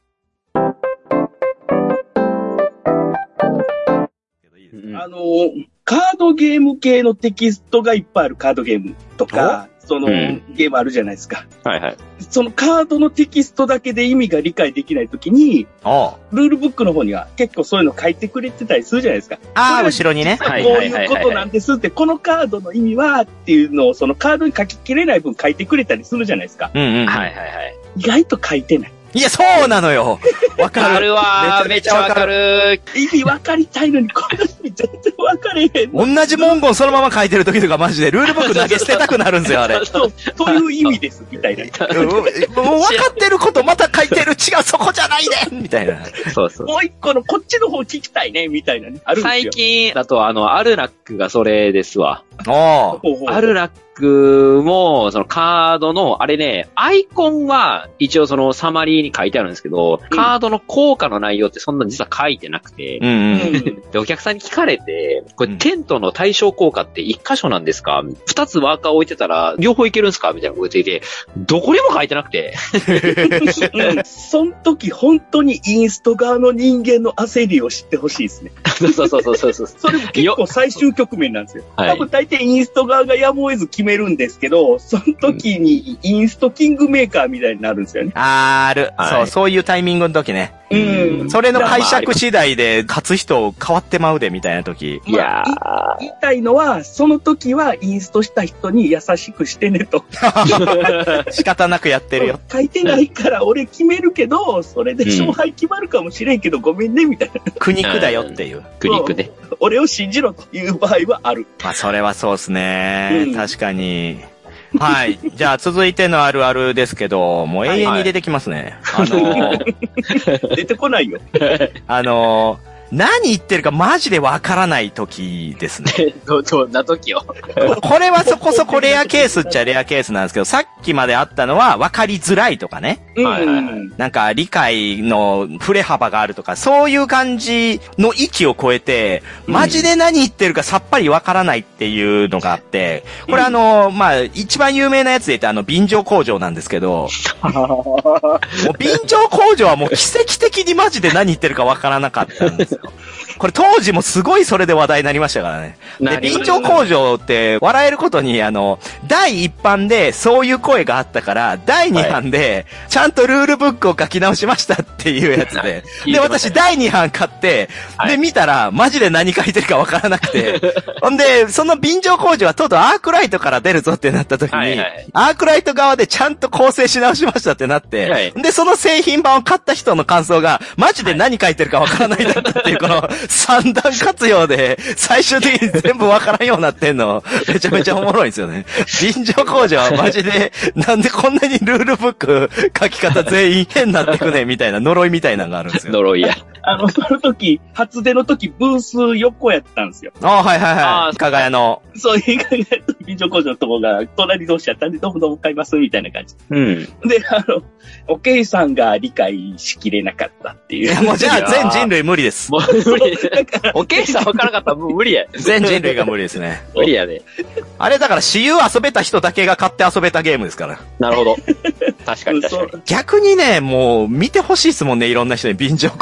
カードゲーム系のテキストがいっぱいあるカードゲームとか、ゲームあるじゃないですか。 はいはい。 そのカードのテキストだけで意味が理解できないときに、ルールブックの方には結構そういうの書いてくれてたりするじゃないですか。 後ろにね。 こういうことなんですって、このカードの意味はっていうのをそのカードに書ききれない分書いてくれたりするじゃないですか。意外と書いてない。 いや、そうなのよ。わかるわ。めっちゃわかる。 意味わかりたいのに、この意味全然わかれへん。 同じ文言そのまま書いてる時とかマジでルールブック投げ捨てたくなるんですよ、あれ。 そういう意味です、みたいな。 もう分かってることまた書いてる、違う、そこじゃないねみたいな。 そうそう。 もう一個のこっちの方聞きたいね、みたいなね。あるんですよ。 最近だとアルナックがそれですわ。 アルナックも、そのカードの、あれね、アイコンは一応そのサマリーに書いてあるんですけど、カードの効果の内容ってそんな実は書いてなくて、で、お客さんに聞かれて、これテントの対象効果って1箇所なんですか ?2 つワーカー置いてたら両方いけるんですかみたいなこと言っていて、どこにも書いてなくて。 その時本当にインスト側の人間の焦りを知ってほしいですね。 そう。 それも結構最終局面なんですよ。多分大体インスト側がやむを得ず決めるんですけど、その時にインストキングメーカーみたいになるんですよね。 ある。そういうタイミングの時ね。それの解釈次第で勝つ人変わってまうでみたいな時。 言いたいのは、その時はインストした人に優しくしてねと。 仕方なくやってるよ。 書いてないから俺決めるけど、それで勝敗決まるかもしれんけど、ごめんねみたいな。 苦肉だよっていう。 苦肉で。 俺を信じろという場合はある。 まあそれはそうですね。確かに。はい。じゃあ続いてのあるあるですけど、もう永遠に出てきますね。 出てこないよ。 何言ってるかマジでわからない時ですね。 どんな時よ。 これはそこそこレアケースっちゃレアケースなんですけど、さっきまであったのはわかりづらいとかね。なんか理解の振れ幅があるとか、そういう感じの域を超えて、マジで何言ってるかさっぱりわからないっていうのがあって、これまあ、一番有名なやつで言って便乗工場なんですけど、もう便乗工場はもう奇跡的にマジで何言ってるかわからなかったんですよ。これ当時もすごいそれで話題になりましたからね。で、便乗工場って笑えることに第1版でそういう声があったから、第2版でちゃんとルールブックを書き直しましたっていうやつで。で、私第2版買って、で、見たらマジで何書いてるかわからなくて。ほんで、その便乗工場はとうとうアークライトから出るぞってなった時に、アークライト側でちゃんと構成し直しましたってなって、で、その製品版を買った人の感想が、マジで何書いてるかわからないだったっていう、この三段活用で最終的に全部わからんようになってんの、めちゃめちゃおもろいんですよね。便乗工場はマジで、なんでこんなにルールブック書き方全員変になってくねみたいな呪いみたいなのがあるんですよ。 呪いや。 その時、初出の時、ブース横やったんですよ。 加賀屋の。 そう、加賀屋と便乗工場のとこが隣同士やったんで、どうもどうも買いますみたいな感じ。で、おけいさんが理解しきれなかったっていう。 いや、もうじゃあ全人類無理です。 もう無理。おけいさん分からなかったらもう無理や。 全人類が無理ですね。 無理やで。 あれだから私有遊べた人だけが買って遊べたゲームですから。 なるほど。確かに。 逆にね、もう見てほしいですもんね、いろんな人に便乗工場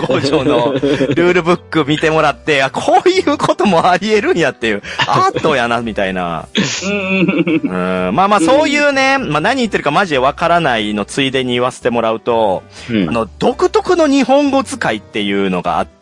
ルールブック見てもらって、こういうこともあり得るんやっていう、アートやな、みたいな。まあまあ、そういうね、まあ何言ってるかマジでわからないのついでに言わせてもらうと、独特の日本語使いっていうのがあって、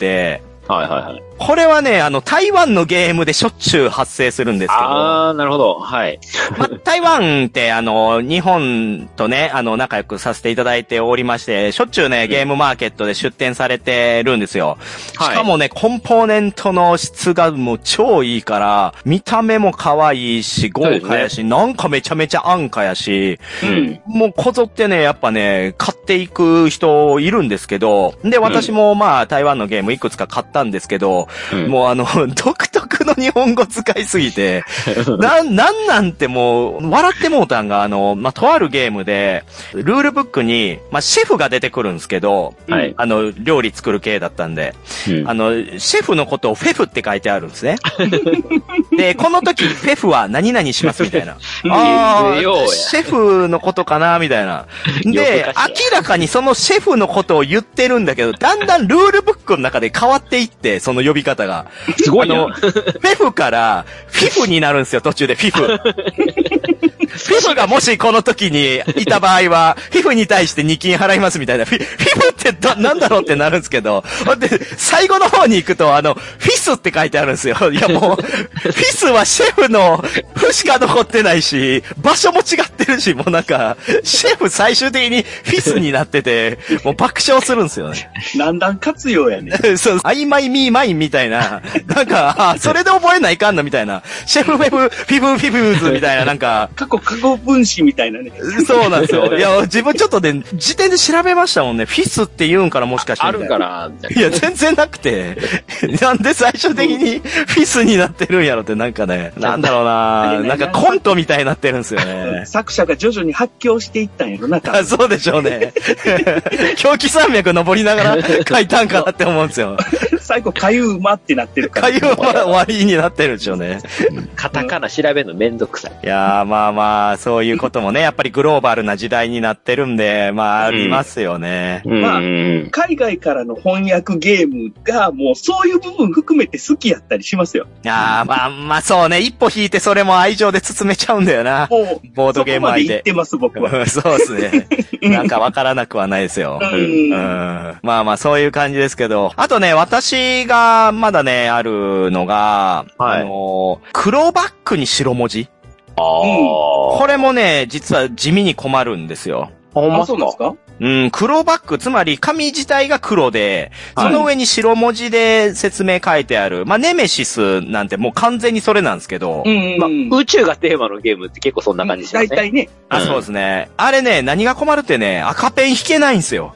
はいはいはい。 これはね、台湾のゲームでしょっちゅう発生するんですけど。 ああ、なるほど。はい。 台湾って、日本とね、仲良くさせていただいておりまして、しょっちゅうね、ゲームマーケットで出展されてるんですよ。しかもね、コンポーネントの質がもう超いいから、見た目も可愛いし、豪華やし、なんかめちゃめちゃ安価やし、もうこぞってね、やっぱね、買っていく人いるんですけど、で、私もまあ、台湾のゲームいくつか買ったんですけど、もう独特の日本語使いすぎて、なんてもう、笑ってもうたんが、まあ、とあるゲームで、ルールブックに、まあ、シェフが出てくるんですけど、はい、料理作る系だったんで、シェフのことをフェフって書いてあるんですね。で、この時、フェフは何々しますみたいな。シェフのことかなみたいな。で、明らかにそのシェフのことを言ってるんだけど、だんだんルールブックの中で変わっていって、その呼び方が。 すごいな。 フェフからフィフになるんですよ、途中でフィフ。フィフがもしこの時にいた場合は、フィフに対して2金払いますみたいな。フィフってなんだろうってなるんですけど、で、最後の方に行くと、フィスって書いてあるんですよ。いやもう、フィスはシェフのフしか残ってないし、場所も違ってるし、もうなんか、シェフ最終的にフィスになってて、もう爆笑するんですよね。 何段活用やね。 そう、アイマイミーマインみたいな、なんか、それで覚えないかんのみたいな、シェフフェフ、フィブフィブーズみたいな、なんか、 過去分詞みたいなね。 そうなんですよ。いや、自分ちょっとね、時点で調べましたもんね。フィスって言うんからもしかして。 あるから。 いや、全然なくて。なんで最終的にフィスになってるんやろってなんかね、なんだろうななんかコントみたいになってるんですよね。 作者が徐々に発狂していったんやろな、 あ、そうでしょうね。狂気山脈登りながら書いたんかなって思うんですよ。 最後、かゆうまってなってるから。 かゆうま終わりになってるんでしょうね。 カタカナ調べるのめんどくさい。 いやー、まあまあ、そういうこともね、やっぱりグローバルな時代になってるんで、まあ、ありますよね。 まあ、海外からの翻訳ゲームが、もうそういう部分含めて好きやったりしますよ。 いやー、まあまあそうね、一歩引いてそれも愛情で包めちゃうんだよな。 もう、 ボードゲーム愛で。 そこまで言ってます、僕は。 そうですね。なんかわからなくはないですよ。まあまあ、そういう感じですけど。あとね、私がまだね、あるのが、はい、黒バックに白文字。これもね、実は地味に困るんですよ。 あ、そうですか？ 黒バック、つまり紙自体が黒で、その上に白文字で説明書いてある。まあ、ネメシスなんてもう完全にそれなんですけど。 まあ、宇宙がテーマのゲームって結構そんな感じしますね。 大体ね。 あ、そうですね。あれね、何が困るってね、赤ペン引けないんですよ。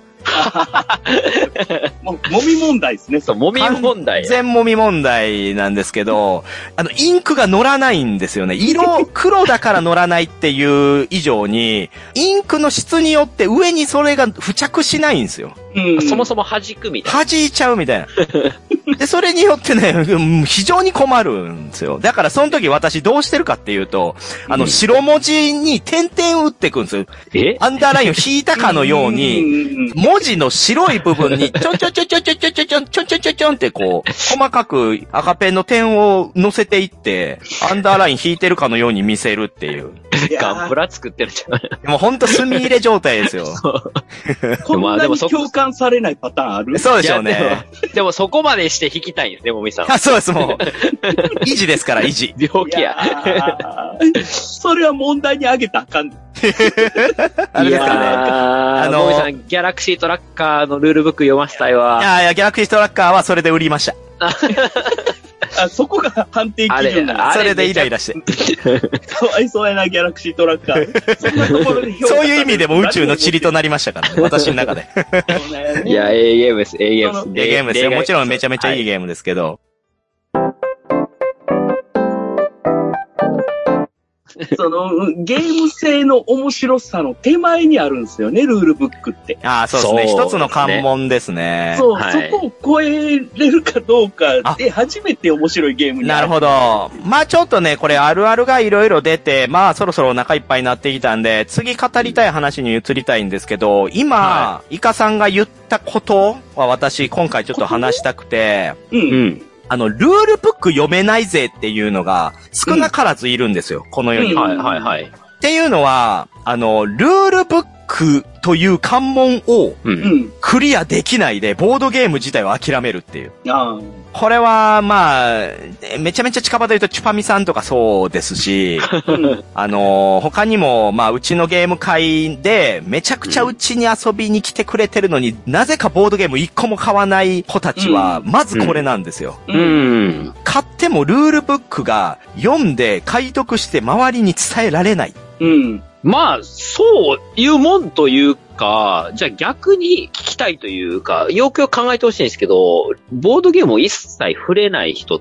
もみ問題ですね。 そう、もみ問題。 全もみ問題なんですけど、インクが乗らないんですよね。黒だから乗らないっていう以上に、インクの質によって上にそれが付着しないんですよ。 そもそも弾くみたいな。 弾いちゃうみたいな。で、それによってね、非常に困るんですよ。だからその時私どうしてるかっていうと、白文字に点々打っていくんですよ。アンダーラインを引いたかのように、文字の白い部分にちょんちょんちょんちょんちょんちょんちょんちょんちょんちょんちょんちょんってこう、細かく赤ペンの点を乗せていって、アンダーライン引いてるかのように見せるっていう。 ガンプラ作ってるじゃん。 もうほんと墨入れ状態ですよ。 こんなに共感されないパターンある？ そうでしょうね。 でもそこまでして弾きたいんですね、もみさん。 あ、そうです、もう。維持ですから、維持。 病気や。 それは問題にあげたらあかん。 あれですかね。 もみさん、ギャラクシートラッカーのルールブック読ませたいわ。 いや、ギャラクシートラッカーはそれで売りました。 そこが判定基準なの。 それでイライラして。 かわいそうやな、ギャラクシートラッカー。そんなところで評価そういう意味でも宇宙の塵となりましたからね、私の中で。 いや、ええゲームです、ええゲームです。 ええゲームですよ。もちろんめちゃめちゃいいゲームですけど。 ゲーム性の面白さの手前にあるんですよね、ルールブックって。 ああ、そうですね。一つの関門ですね。 そう、はい、そこを超えれるかどうかで初めて面白いゲームになる。 なるほど。まあちょっとね、これあるあるがいろいろ出て、まあそろそろお腹いっぱいになってきたんで、次語りたい話に移りたいんですけど、今、イカさんが言ったことは私今回ちょっと話したくて、ルールブック読めないぜっていうのが少なからずいるんですよ、この世に。 はいはいはい。 っていうのは、ルールブックという関門をクリアできないで、ボードゲーム自体を諦めるっていう。これは、まあ、めちゃめちゃ近場で言うとチュパミさんとかそうですし、他にも、まあ、うちのゲーム会で、めちゃくちゃうちに遊びに来てくれてるのに、なぜかボードゲーム一個も買わない子たちは、まずこれなんですよ。買ってもルールブックが読んで解読して周りに伝えられない。 まあ、そういうもんというか、じゃあ逆に聞きたいというか、よくよく考えてほしいんですけど、ボードゲームを一切触れない人って、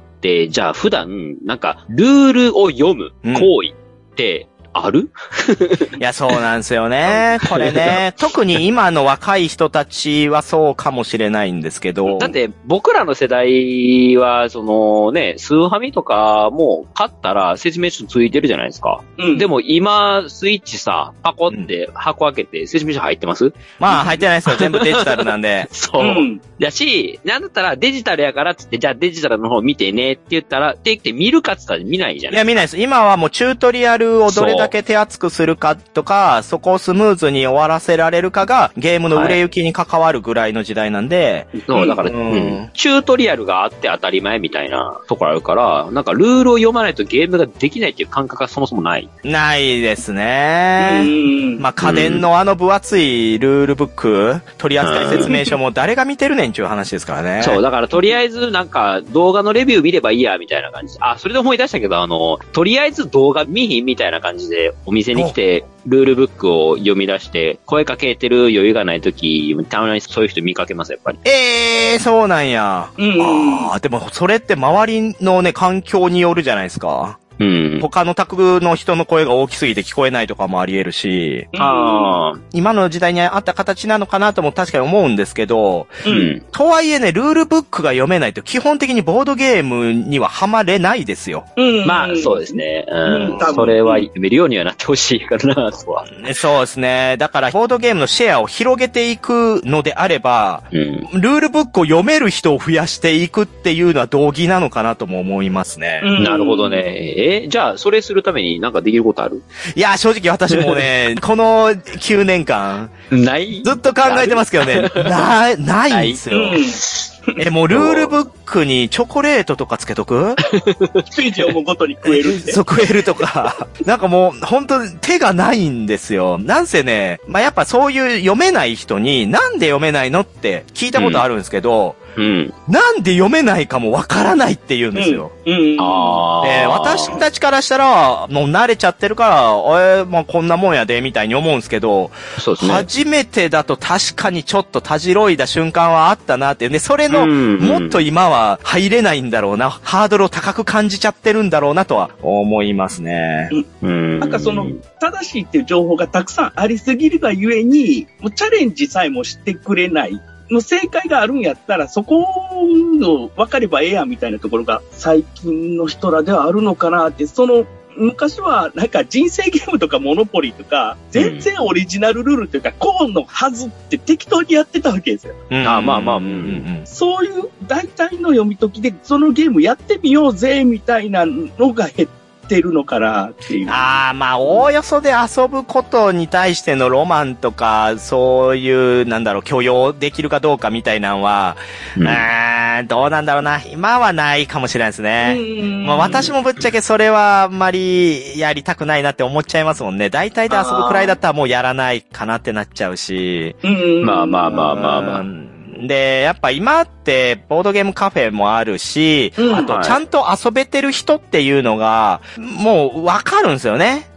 じゃあ普段、なんか、ルールを読む行為って、あるいや、そうなんですよね。これね、特に今の若い人たちはそうかもしれないんですけど。 だって、僕らの世代は、スーファミとかも買ったら説明書ついてるじゃないですか。でも今、スイッチさ、パコって箱開けて説明書入ってます？ まあ、入ってないですよ。全部デジタルなんで。 そう。だし、なんだったらデジタルやからって言って、じゃあデジタルの方見てねって言ったら、って言って見るかって言ったら見ないじゃないですか。 いや、見ないです。今はもうチュートリアルをどれだけ手厚くするかとか、そこをスムーズに終わらせられるかがゲームの売れ行きに関わるぐらいの時代なんで。 そう、だから、チュートリアルがあって当たり前みたいなところあるから、なんかルールを読まないとゲームができないっていう感覚がそもそもない。 ないですね。まあ、家電の分厚いルールブック、取扱説明書も誰が見てるねんっていう話ですからね。 そう、だからとりあえずなんか動画のレビュー見ればいいやみたいな感じ。あ、それで思い出したけど、とりあえず動画見ひんみたいな感じでお店に来て、ルールブックを読み出して、声かけてる余裕がないとき、たまにそういう人見かけます、やっぱり。 そうなんや。でもそれって周りのね、環境によるじゃないですか。他の宅の人の声が大きすぎて聞こえないとかもあり得るし、今の時代に合った形なのかなとも確かに思うんですけど、とはいえね、ルールブックが読めないと基本的にボードゲームにはハマれないですよ。 まあ、そうですね。それは読めるようにはなってほしいからな、とは。 そうですね。だから、ボードゲームのシェアを広げていくのであれば、ルールブックを読める人を増やしていくっていうのは同義なのかなとも思いますね。 なるほどね。じゃあ、それするためになんかできることある？ いや、正直私もね、この9年間、ずっと考えてますけどね、ないんですよ。もうルールブックにチョコレートとかつけとく？ ページを読むごとに食えるって。 そう、食えるとか。なんかもう、本当手がないんですよ。なんせね、まあ、やっぱそういう読めない人に、なんで読めないのって聞いたことあるんですけど、なんで読めないかもわからないって言うんですよ。私たちからしたら、もう慣れちゃってるから、まあこんなもんやで、みたいに思うんですけど、 そうですね、 初めてだと確かにちょっとたじろいだ瞬間はあったなっていうね、それの、もっと今は入れないんだろうな、ハードルを高く感じちゃってるんだろうなとは思いますね。 なんか正しいっていう情報がたくさんありすぎるがゆえに、もうチャレンジさえもしてくれない。の正解があるんやったら、そこの分かればええやんみたいなところが最近の人らではあるのかなって、昔はなんか人生ゲームとかモノポリとか、全然オリジナルルールというか、こうのはずって適当にやってたわけですよ。そういう大体の読み解きで、そのゲームやってみようぜ、みたいなのが減ってるのかなっていう。 まあ、おおよそで遊ぶことに対してのロマンとか、そういう、許容できるかどうかみたいなのは、どうなんだろうな。今はないかもしれないですね。まあ、私もぶっちゃけそれはあんまりやりたくないなって思っちゃいますもんね。大体で遊ぶくらいだったらもうやらないかなってなっちゃうし。 まあ。 で、やっぱ今ってボードゲームカフェもあるし、あとちゃんと遊べてる人っていうのが、もうわかるんですよね。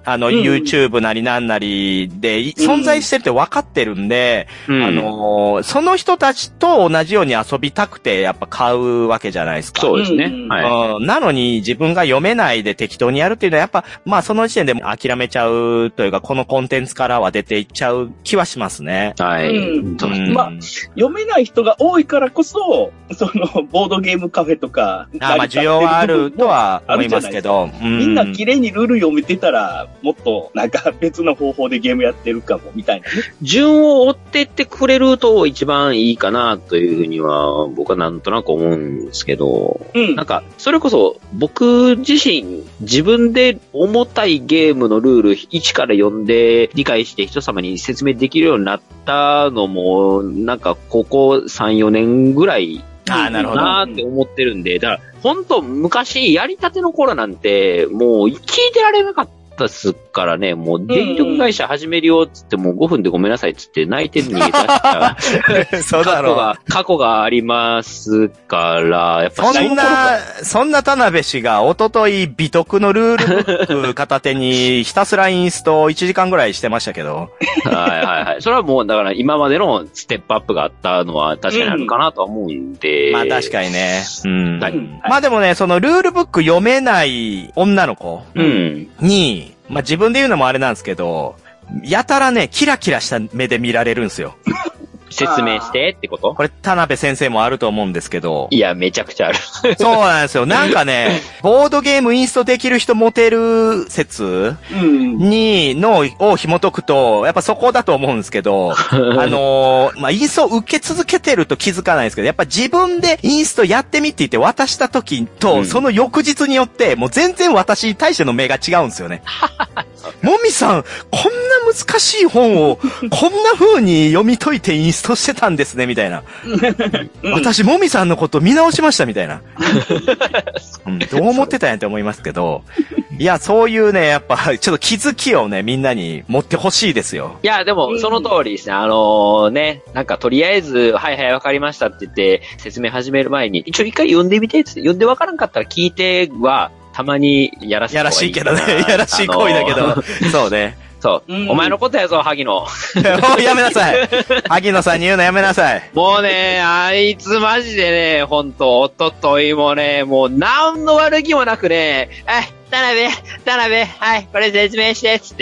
YouTube なりなんなりで、存在してるって分かってるんで、その人たちと同じように遊びたくて、やっぱ買うわけじゃないですか。 そうですね。はい。 なのに、自分が読めないで適当にやるっていうのは、やっぱ、まあ、その時点で諦めちゃうというか、このコンテンツからは出ていっちゃう気はしますね。 はい。 まあ、読めない人が多いからこそ、ボードゲームカフェとか、 まあ、需要はあるとは思いますけど、 みんな綺麗にルール読めてたら、もっと、なんか別の方法でゲームやってるかも、みたいなね。 順を追ってってくれると一番いいかな、というふうには、僕はなんとなく思うんですけど、なんか、それこそ、僕自身、自分で重たいゲームのルール、一から読んで、理解して人様に説明できるようになったのも、なんか、ここ3、4年ぐらい、 なるほど。 なーって思ってるんで、だから、本当昔、やりたての頃なんて、もう、聞いてられなかったっすからね、もう、電力会社始めるよっつって、もう5分でごめんなさいっつって泣いてるに出したそうだろう。 過去がありますから、やっぱそんな田辺氏が一昨日美徳のルールブック片手にひたすらインスト1時間ぐらいしてましたけど。 はい。それはもう、だから今までのステップアップがあったのは確かにあるかなとは思うんで。 まあ確かにね。まあでもね、そのルールブック読めない女の子に、まあ自分で言うのもあれなんですけど、やたらね、キラキラした目で見られるんですよ。 説明してってこと？ これ、田辺先生もあると思うんですけど。 いや、めちゃくちゃある。 そうなんですよ。なんかね、ボードゲームインストできる人モテる説を紐解くと、やっぱそこだと思うんですけど、まあ、インストを受け続けてると気づかないんですけど、やっぱ自分でインストやってみって言って渡した時と、その翌日によって、もう全然私に対しての目が違うんですよね。もみさん、こんな難しい本を、こんな風に読み解いてインストしてたんですね、みたいな。私、もみさんのこと見直しました、みたいな。どう思ってたんやって思いますけど、いや、そういうね、やっぱ、ちょっと気づきをね、みんなに持ってほしいですよ。 いや、でも、その通りですね。なんか、とりあえず、はいわかりましたって言って、説明始める前に、一応一回読んでみてって、読んでわからんかったら聞いては、たまにやらしい。 やらしいけどね。やらしい行為だけど。そうね。 そう。お前のことやぞ、萩野。 やめなさい。萩野さんに言うのやめなさい。 もうね、あいつマジでね、ほんと、おっとっといもね、もう何の悪気もなくね、田辺、はい、これ説明して、つって。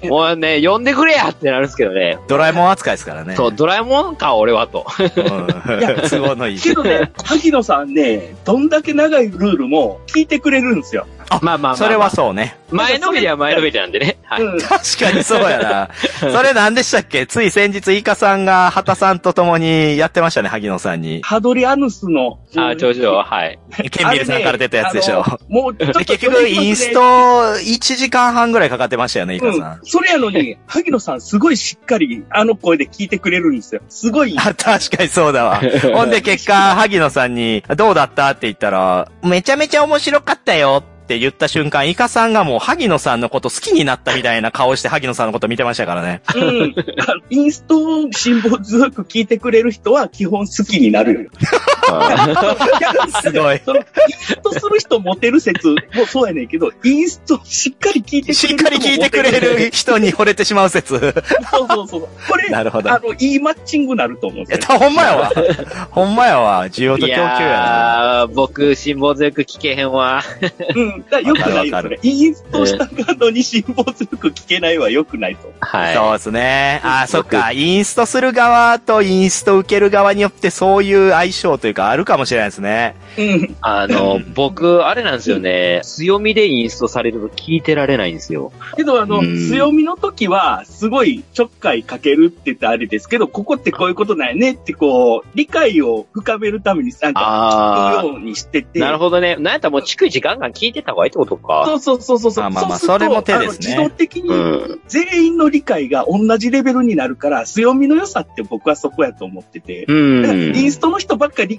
もうね、呼んでくれやってなるんですけどね。 ドラえもん扱いですからね。 そう、ドラえもんか、俺はと。 いや、都合のいい。けどね、萩野さんね、どんだけ長いルールも聞いてくれるんですよ。 まあ。それはそうね。 前のめりは前のめりなんでね。はい。 確かにそうやな。それ何でしたっけ？つい先日、イカさんが畑さんと共にやってましたね、萩野さんに。 ハドリアヌスの。 頂上、はい。 ケンビルさんから出たやつでしょ。 もう、 結局、インスト1時間半ぐらいかかってましたよね、イカさん。 それやのに、萩野さんすごいしっかり、声で聞いてくれるんですよ。すごい。 確かにそうだわ。ほんで結果、萩野さんに、どうだったって言ったら、めちゃめちゃ面白かったよ。って言った瞬間、イカさんがもう萩野さんのこと好きになったみたいな顔して萩野さんのこと見てましたからね。 インストを辛抱強く聞いてくれる人は基本好きになるよ。 すごい。 インストする人モテる説もそうやねんけど、インストしっかり聞いてくれる人に惚れてしまう説。 そう。これ、 なるほど。 いいマッチングなると思うんですよ。ほんまやわ。需要と供給やな。僕、辛抱強く聞けへんわ。 よくないよ、それ。インストしたのに辛抱強く聞けないはよくないと。 はい。そうですね。そっか。インストする側とインスト受ける側によってそういう相性というかあるかもしれないですね。 僕、あれなんですよね。強みでインストされると聞いてられないんですよ。 けど強みの時は、すごいちょっかいかけるって言ったらあれですけど、ここってこういうことなんやねって、理解を深めるためになんか聞くようにしてて。 なるほどね。なんやったらもう逐一ガンガン聞いてた方がいいってことか。 そう。 まあ、それも手ですね。 自動的に全員の理解が同じレベルになるから、強みの良さって僕はそこやと思ってて。インストの人ばっかり理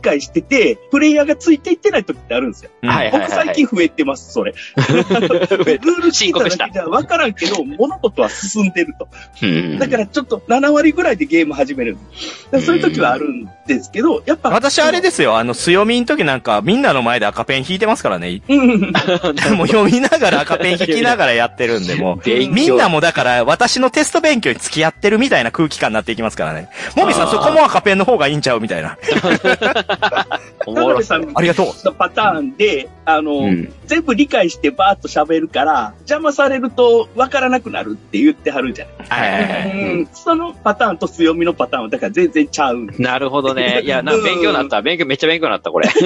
解してて、プレイヤーがついていってない時ってあるんですよ。僕最近増えてます、それ。ルール聞いただけじゃ分からんけど、物事は進んでると。だからちょっと7割ぐらいでゲーム始める。そういう時はあるんですけど、やっぱ。 私あれですよ、強みの時なんかみんなの前で赤ペン引いてますからね。もう読みながら赤ペン引きながらやってるんで、もう、みんなもだから私のテスト勉強に付き合ってるみたいな空気感になっていきますからね。もみさんそこも赤ペンの方がいいんちゃうみたいな。 田辺さんありがとう。 のパターンで、全部理解してバーッと喋るから、邪魔されると分からなくなるって言ってはるじゃない。そのパターンと強みのパターンはだから全然ちゃう。 なるほどね。いや、なんか勉強になった。めっちゃ勉強になった、これ。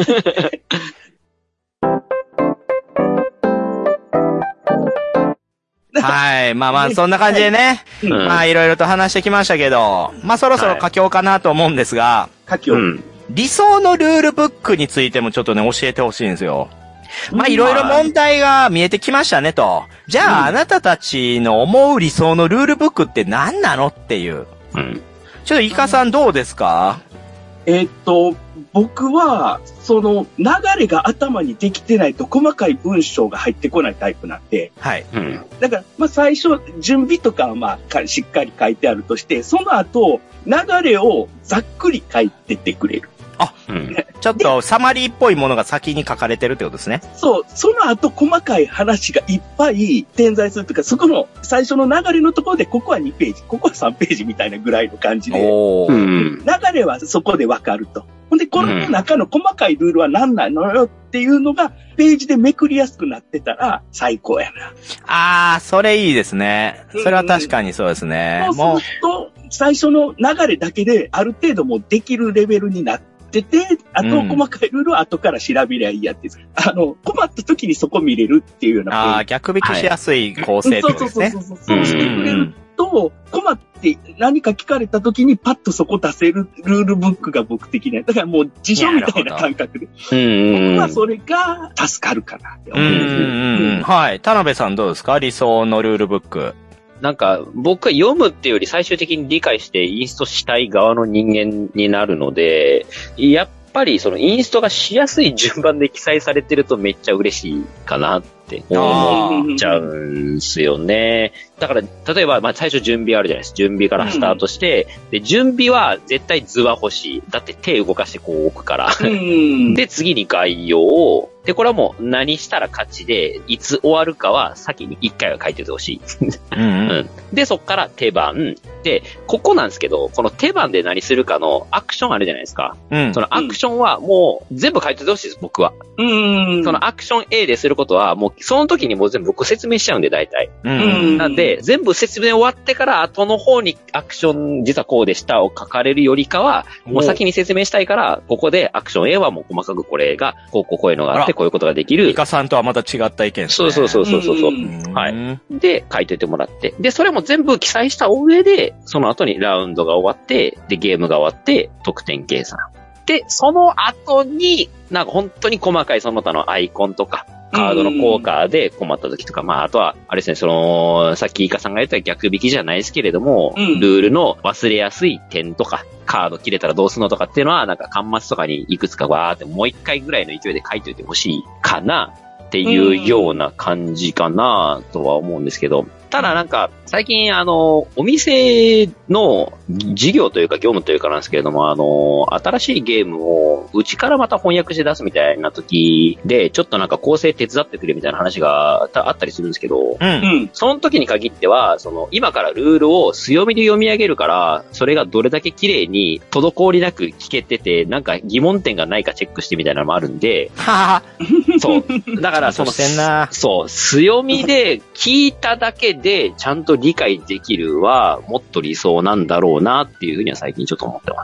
はい。まあ、そんな感じでね。まあ、いろいろと話してきましたけど、まあ、そろそろ佳境かなと思うんですが、 佳境。 理想のルールブックについてもちょっとね、教えてほしいんですよ。まあ、いろいろ問題が見えてきましたねと。じゃあ、あなたたちの思う理想のルールブックって何なのっていう。ちょっとイカさんどうですか？ 僕は、その流れが頭にできてないと細かい文章が入ってこないタイプなんで。 はい。 だから、まあ最初、準備とかはまあしっかり書いてあるとして、その後、流れをざっくり書いてってくれる。 ちょっとサマリーっぽいものが先に書かれてるってことですね。 そう。その後細かい話がいっぱい点在するというか、そこの最初の流れのところで、ここは2ページ、ここは3ページみたいなぐらいの感じで、流れはそこでわかると。ほんで、この中の細かいルールは何なのよっていうのが、ページでめくりやすくなってたら最高やな。それいいですね。それは確かにそうですね。 そうすると、最初の流れだけである程度もうできるレベルになって、あと細かいルールは後から調べりゃいいやって。困った時にそこ見れるっていうような。 逆引きしやすい構成ってことですね。 そうしてくれると、困って何か聞かれた時にパッとそこ出せるルールブックが僕的な。だからもう辞書みたいな感覚で。僕はそれが助かるかなって思います。 はい。田辺さんどうですか？理想のルールブック。 なんか、僕は読むっていうより最終的に理解してインストしたい側の人間になるので、やっぱりそのインストがしやすい順番で記載されてるとめっちゃ嬉しいかなって思っちゃうんすよね。だから、例えば、まあ、最初準備あるじゃないですか。準備からスタートして、で、準備は絶対図は欲しい。だって手動かしてこう置くから。で、次に概要を、で、これはもう何したら勝ちで、いつ終わるかは先に1回は書いててほしい。で、そっから手番。で、ここなんですけど、この手番で何するかのアクションあるじゃないですか。そのアクションはもう全部書いててほしいです、僕は。そのアクション A ですることは、もうその時にもう全部僕説明しちゃうんで、大体。なんで、全部説明終わってから後の方にアクション実はこうでしたを書かれるよりかは、もう先に説明したいから、ここでアクション A はもう細かくこれが、こういうのがあって、こういうことができる。 イカさんとはまた違った意見ですね。 そう。はい。で、書いといてもらって。で、それも全部記載した上で、その後にラウンドが終わって、で、ゲームが終わって、得点計算。で、その後に、なんか本当に細かいその他のアイコンとか、カードの効果で困った時とか、まあ、あとは、あれですね、さっきイカさんが言った逆引きじゃないですけれども、ルールの忘れやすい点とか、カード切れたらどうするのとかっていうのは、なんか端末とかにいくつかわーってもう一回ぐらいの勢いで書いておいてほしいかなっていうような感じかなとは思うんですけど、ただなんか、最近お店の事業というか業務というかなんですけれども、新しいゲームをうちからまた翻訳して出すみたいな時で、ちょっとなんか構成手伝ってくれみたいな話があったりするんですけど、その時に限っては、今からルールを強みで読み上げるから、それがどれだけ綺麗に滞りなく聞けてて、なんか疑問点がないかチェックしてみたいなのもあるんで、そう。だからそう、強みで聞いただけでちゃんと理解できるはもっと理想なんだろうなっていうふうには最近ちょっと思ってます。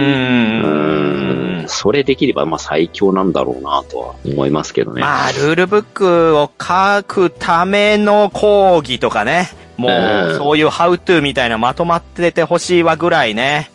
それできればまあ最強なんだろうなとは思いますけどね。 まあルールブックを書くための講義とかね、もうそういうハウトゥーみたいなまとまっててほしいわぐらいね。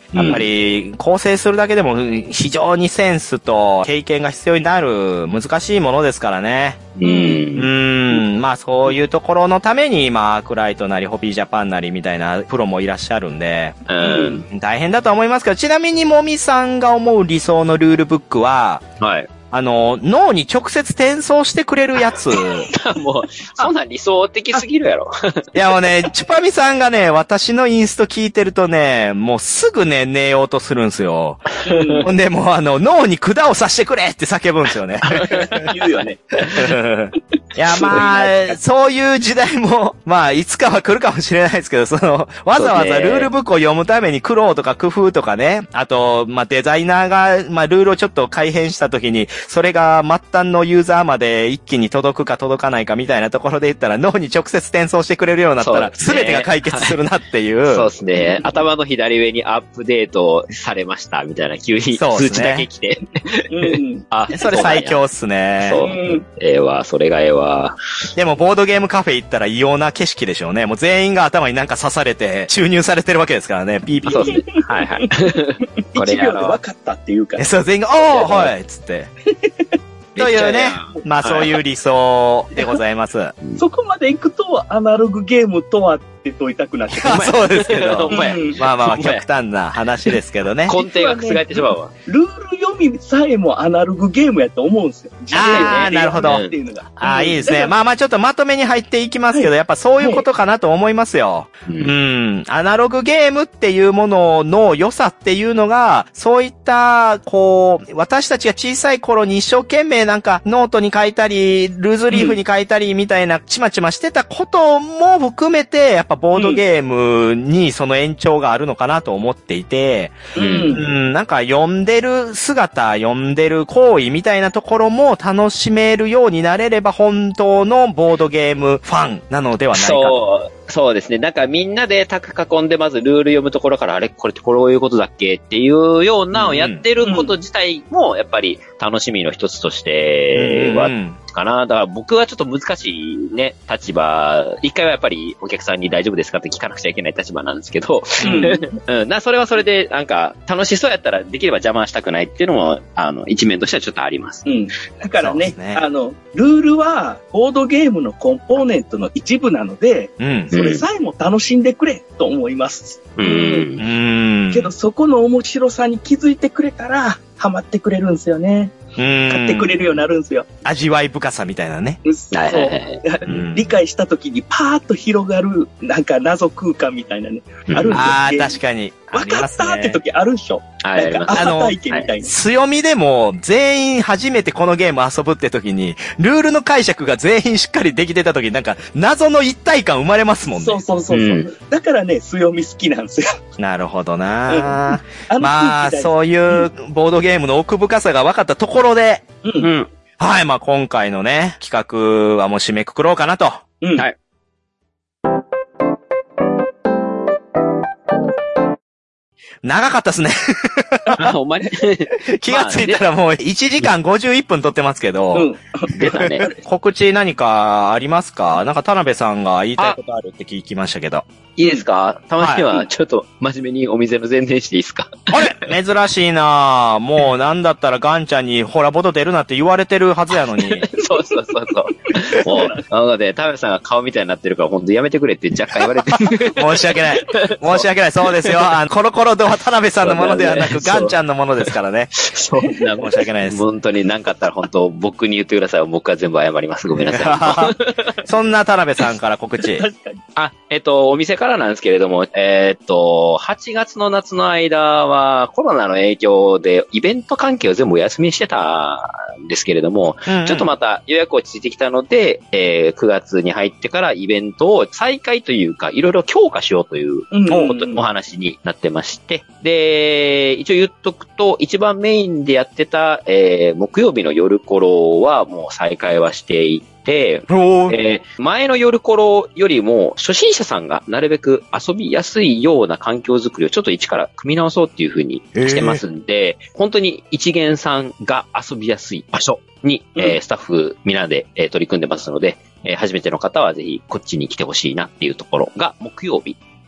やっぱり構成するだけでも非常にセンスと経験が必要になる難しいものですからね。まあそういうところのために今アークライトなりホビージャパンなりみたいなプロもいらっしゃるんで、大変だと思いますけど、ちなみにもみさんが思う理想のルールブックは、 はい。 脳に直接転送してくれるやつ。 もう、そんなん理想的すぎるやろ。 いやもうね、チュパミさんがね、私のインスト聞いてるとね、もうすぐね、寝ようとするんですよ。ほんでもう脳に管を刺してくれって叫ぶんですよね。 言うよね。 いや、まあ、そういう時代も、まあ、いつかは来るかもしれないですけど、わざわざルールブックを読むために苦労とか工夫とかね、あと、まあ、デザイナーが、まあ、ルールをちょっと改変した時に、それが末端のユーザーまで一気に届くか届かないかみたいなところで言ったら、脳に直接転送してくれるようになったら、すべてが解決するなっていう。 そうですね。頭の左上にアップデートされましたみたいな、急に通知だけ来て。 それ最強っすね。 そう。それがわ。 でも、ボードゲームカフェ行ったら異様な景色でしょうね。もう全員が頭になんか刺されて、注入されてるわけですからね。ピーピー。 そうですね。はいはい。 これ1秒で分かったっていうか。 そう、全員が、はいつって。というね、まあそういう理想でございます。 そこまで行くと、アナログゲームとはって問いたくなってくる。 そうですけど。まあまあ極端な話ですけどね。 根底が覆ってしまうわ。 ルール読みさえもアナログゲームやと思うんですよ。 なるほど。いいですね。まあまあちょっとまとめに入っていきますけど、やっぱそういうことかなと思いますよ。アナログゲームっていうものの良さっていうのが、そういった、私たちが小さい頃に一生懸命なんかノートに書いたり、ルーズリーフに書いたりみたいなちまちましてたことも含めて、やっぱボードゲームにその延長があるのかなと思っていて、なんか読んでる姿、読んでる行為みたいなところも楽しめるようになれれば本当のボードゲームファンなのではないかと。 そうですね。なんかみんなでタク囲んでまずルール読むところから、あれこれってこういうことだっけっていうようなをやってること自体もやっぱり楽しみの一つとしては、かな。だから僕はちょっと難しいね、立場、一回はやっぱりお客さんに大丈夫ですかって聞かなくちゃいけない立場なんですけど、それはそれでなんか楽しそうやったらできれば邪魔したくないっていうのも、一面としてはちょっとあります。 だからね、ルールはボードゲームのコンポーネントの一部なので、それさえも楽しんでくれと思います。けどそこの面白さに気づいてくれたら、ハマってくれるんですよね。買ってくれるようになるんですよ。 味わい深さみたいなね。 そう。理解した時にパーッと広がる、なんか謎空間みたいなね。あるんですよ。 確かに。 分かったって時あるでしょ。なんか朝体験みたいな。 強みでも、全員初めてこのゲーム遊ぶって時に、ルールの解釈が全員しっかりできてた時に、なんか、謎の一体感生まれますもんね。 そう。だからね、強み好きなんですよ。 なるほどなまあ、そういうボードゲームの奥深さが分かったところで、はい、まあ今回のね、企画はもう締めくくろうかなと。はい。長かったですね。 お前気がついたらもう1時間51分撮ってますけど。 出たね。 告知何かありますか？なんか田辺さんが言いたいことあるって聞きましたけど。 いいですか？たまにはちょっと真面目にお店の宣伝していいですか？ あれ珍しいなぁ。もうなんだったらガンちゃんにホラボト出るなって言われてるはずやのに。 そう。もう、なので、田辺さんが顔みたいになってるからほんとやめてくれって若干言われてる。 申し訳ない。そうですよ。コロコロ堂は田辺さんのものではなく、ガンちゃんのものですからね。 そう。申し訳ないです。 本当に何かあったら本当僕に言ってください。僕は全部謝ります。ごめんなさい。そんな田辺さんから告知。 お店からなんですけれども、8月の夏の間はコロナの影響でイベント関係を全部お休みにしてたんですけれども、ちょっとまた予約落ち着いてきたので、9月に入ってからイベントを再開というか、いろいろ強化しようというお話になってまして、で、一応言っとくと、一番メインでやってた、木曜日の夜頃はもう再開はしていて、前の夜頃よりも初心者さんがなるべく遊びやすいような環境づくりをちょっと一から組み直そうっていう風にしてますんで、本当に一元さんが遊びやすい場所に、スタッフみんなで、取り組んでますので、初めての方はぜひこっちに来てほしいなっていうところが木曜日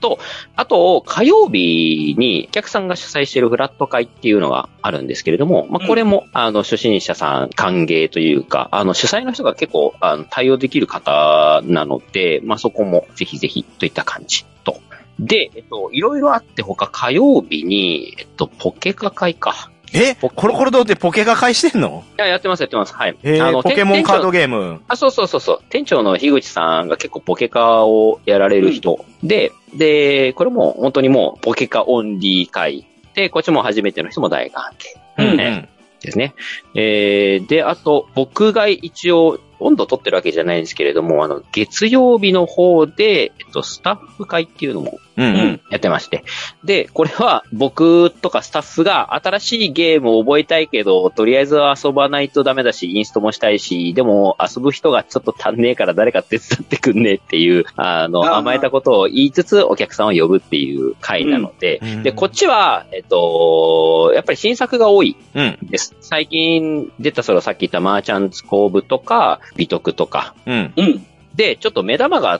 と、あと、火曜日にお客さんが主催しているフラット会っていうのがあるんですけれども、まあ、これも、初心者さん歓迎というか、主催の人が結構、対応できる方なので、まあ、そこもぜひぜひといった感じと。で、いろいろあって他火曜日に、ポケカ会か。 コロコロ堂ってポケカ会してんの？ いや、やってます。はい。 ポケモンカードゲーム。 そう。店長の樋口さんが結構ポケカをやられる人、で、これも本当にもうポケカオンリー会。で、こっちも初めての人も大歓迎。ですね。で、あと、僕が一応、温度取ってるわけじゃないんですけれども、月曜日の方で、スタッフ会っていうのも、やってまして。で、これは僕とかスタッフが新しいゲームを覚えたいけど、とりあえず遊ばないとダメだし、インストもしたいし、でも遊ぶ人がちょっと足んねえから誰か手伝ってくんねえっていう、甘えたことを言いつつお客さんを呼ぶっていう会なので、で、こっちは、やっぱり新作が多いです。最近出たさっき言ったマーチャンツコーブとか、美徳とか。で、ちょっと目玉があって、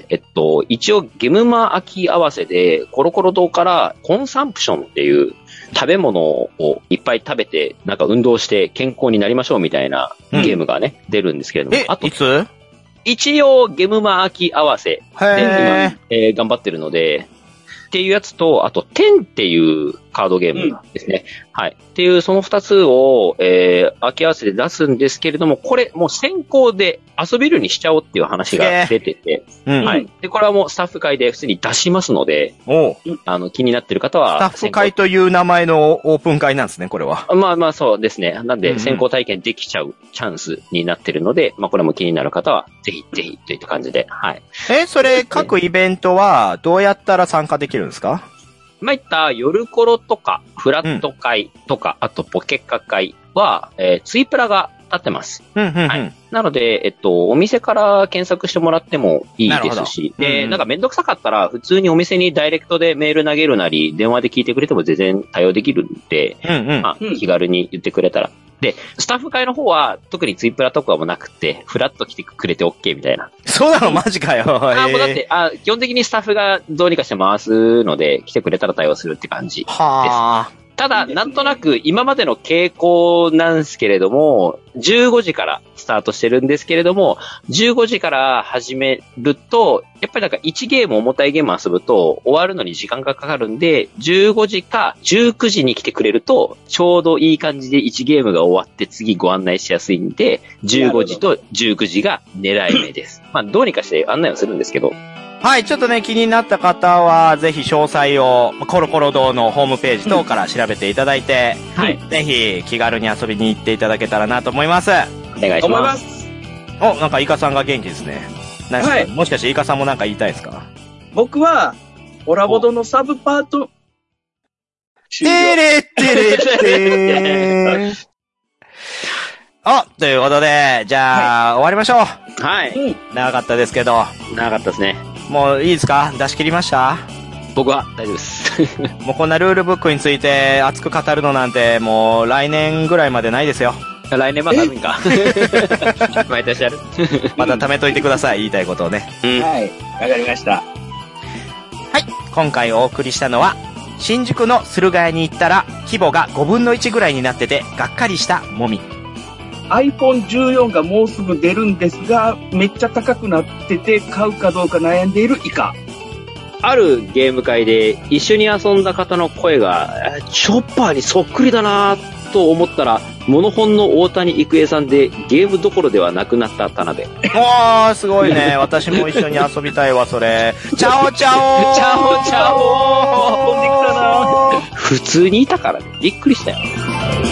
一応ゲムマ秋合わせで、コロコロ堂からコンサンプションっていう食べ物をいっぱい食べて、なんか運動して健康になりましょうみたいなゲームがね、出るんですけれども。 あと、いつ？ 一応ゲムマ秋合わせで今、頑張ってるので、っていうやつと、あと、10っていうカードゲームですね。はい。っていう、その2つを、秋合わせで出すんですけれども、これ、もう先行で遊べるようにしちゃおうっていう話が出てて、はい。で、これはもうスタッフ会で普通に出しますので、気になってる方は。 スタッフ会という名前のオープン会なんですね、これは。 まあ、そうですね。なんで、先行体験できちゃうチャンスになってるので、まあ、これも気になる方は、ぜひ、ぜひ、といった感じで、はい。 それ、各イベントは、どうやったら参加できるんですか？ まあ、いった夜コロとか、フラット会とか、あとポケカ会は、ツイプラが立ってます。はい。なので、お店から検索してもらってもいいですし、で、なんかめんどくさかったら、普通にお店にダイレクトでメール投げるなり、電話で聞いてくれても全然対応できるんで、まあ、気軽に言ってくれたら。で、スタッフ会の方は、特にツイプラとかもなくて、フラッと来てくれて OK みたいな。 そうなの？マジかよ。 もうだって、基本的にスタッフがどうにかして回すので、来てくれたら対応するって感じです。ただ、なんとなく今までの傾向なんですけれども、15時からスタートしてるんですけれども、15時から始めると、やっぱりなんか1ゲーム重たいゲーム遊ぶと終わるのに時間がかかるんで、15時か19時に来てくれると、ちょうどいい感じで1ゲームが終わって次ご案内しやすいんで、15時と19時が狙い目です。まあ、どうにかして案内をするんですけど、 はい、ちょっとね、気になった方は、ぜひ詳細を、コロコロ堂のホームページ等から調べていただいて、はい。ぜひ、気軽に遊びに行っていただけたらなと思います。 お願いします。 なんかイカさんが元気ですね。はい。もしかしてイカさんもなんか言いたいですか？ 僕は、コラボ堂のサブパート、 てれってれってー。ということで、じゃあ、終わりましょう。 はい。 長かったですけど。 長かったですね。 もういいですか？出し切りました？ 僕は大丈夫です。 もうこんなルールブックについて熱く語るのなんて、もう来年ぐらいまでないですよ。 来年まであるんか。毎年やる。 また貯めといてください、言いたいことをね。 はい。わかりました。はい。 今回お送りしたのは、新宿の駿河屋に行ったら、規模が5分の1ぐらいになってて、がっかりしたもみ。 iPhone14 がもうすぐ出るんですが、めっちゃ高くなってて、買うかどうか悩んでいるイカ。 あるゲーム会で一緒に遊んだ方の声が、チョッパーにそっくりだなぁと思ったら、モノホンの大谷育英さんでゲームどころではなくなった田辺。 すごいね。私も一緒に遊びたいわ、それ。チャオチャオチャオチャオ飛んできたなぁ。 普通にいたからね。びっくりしたよ。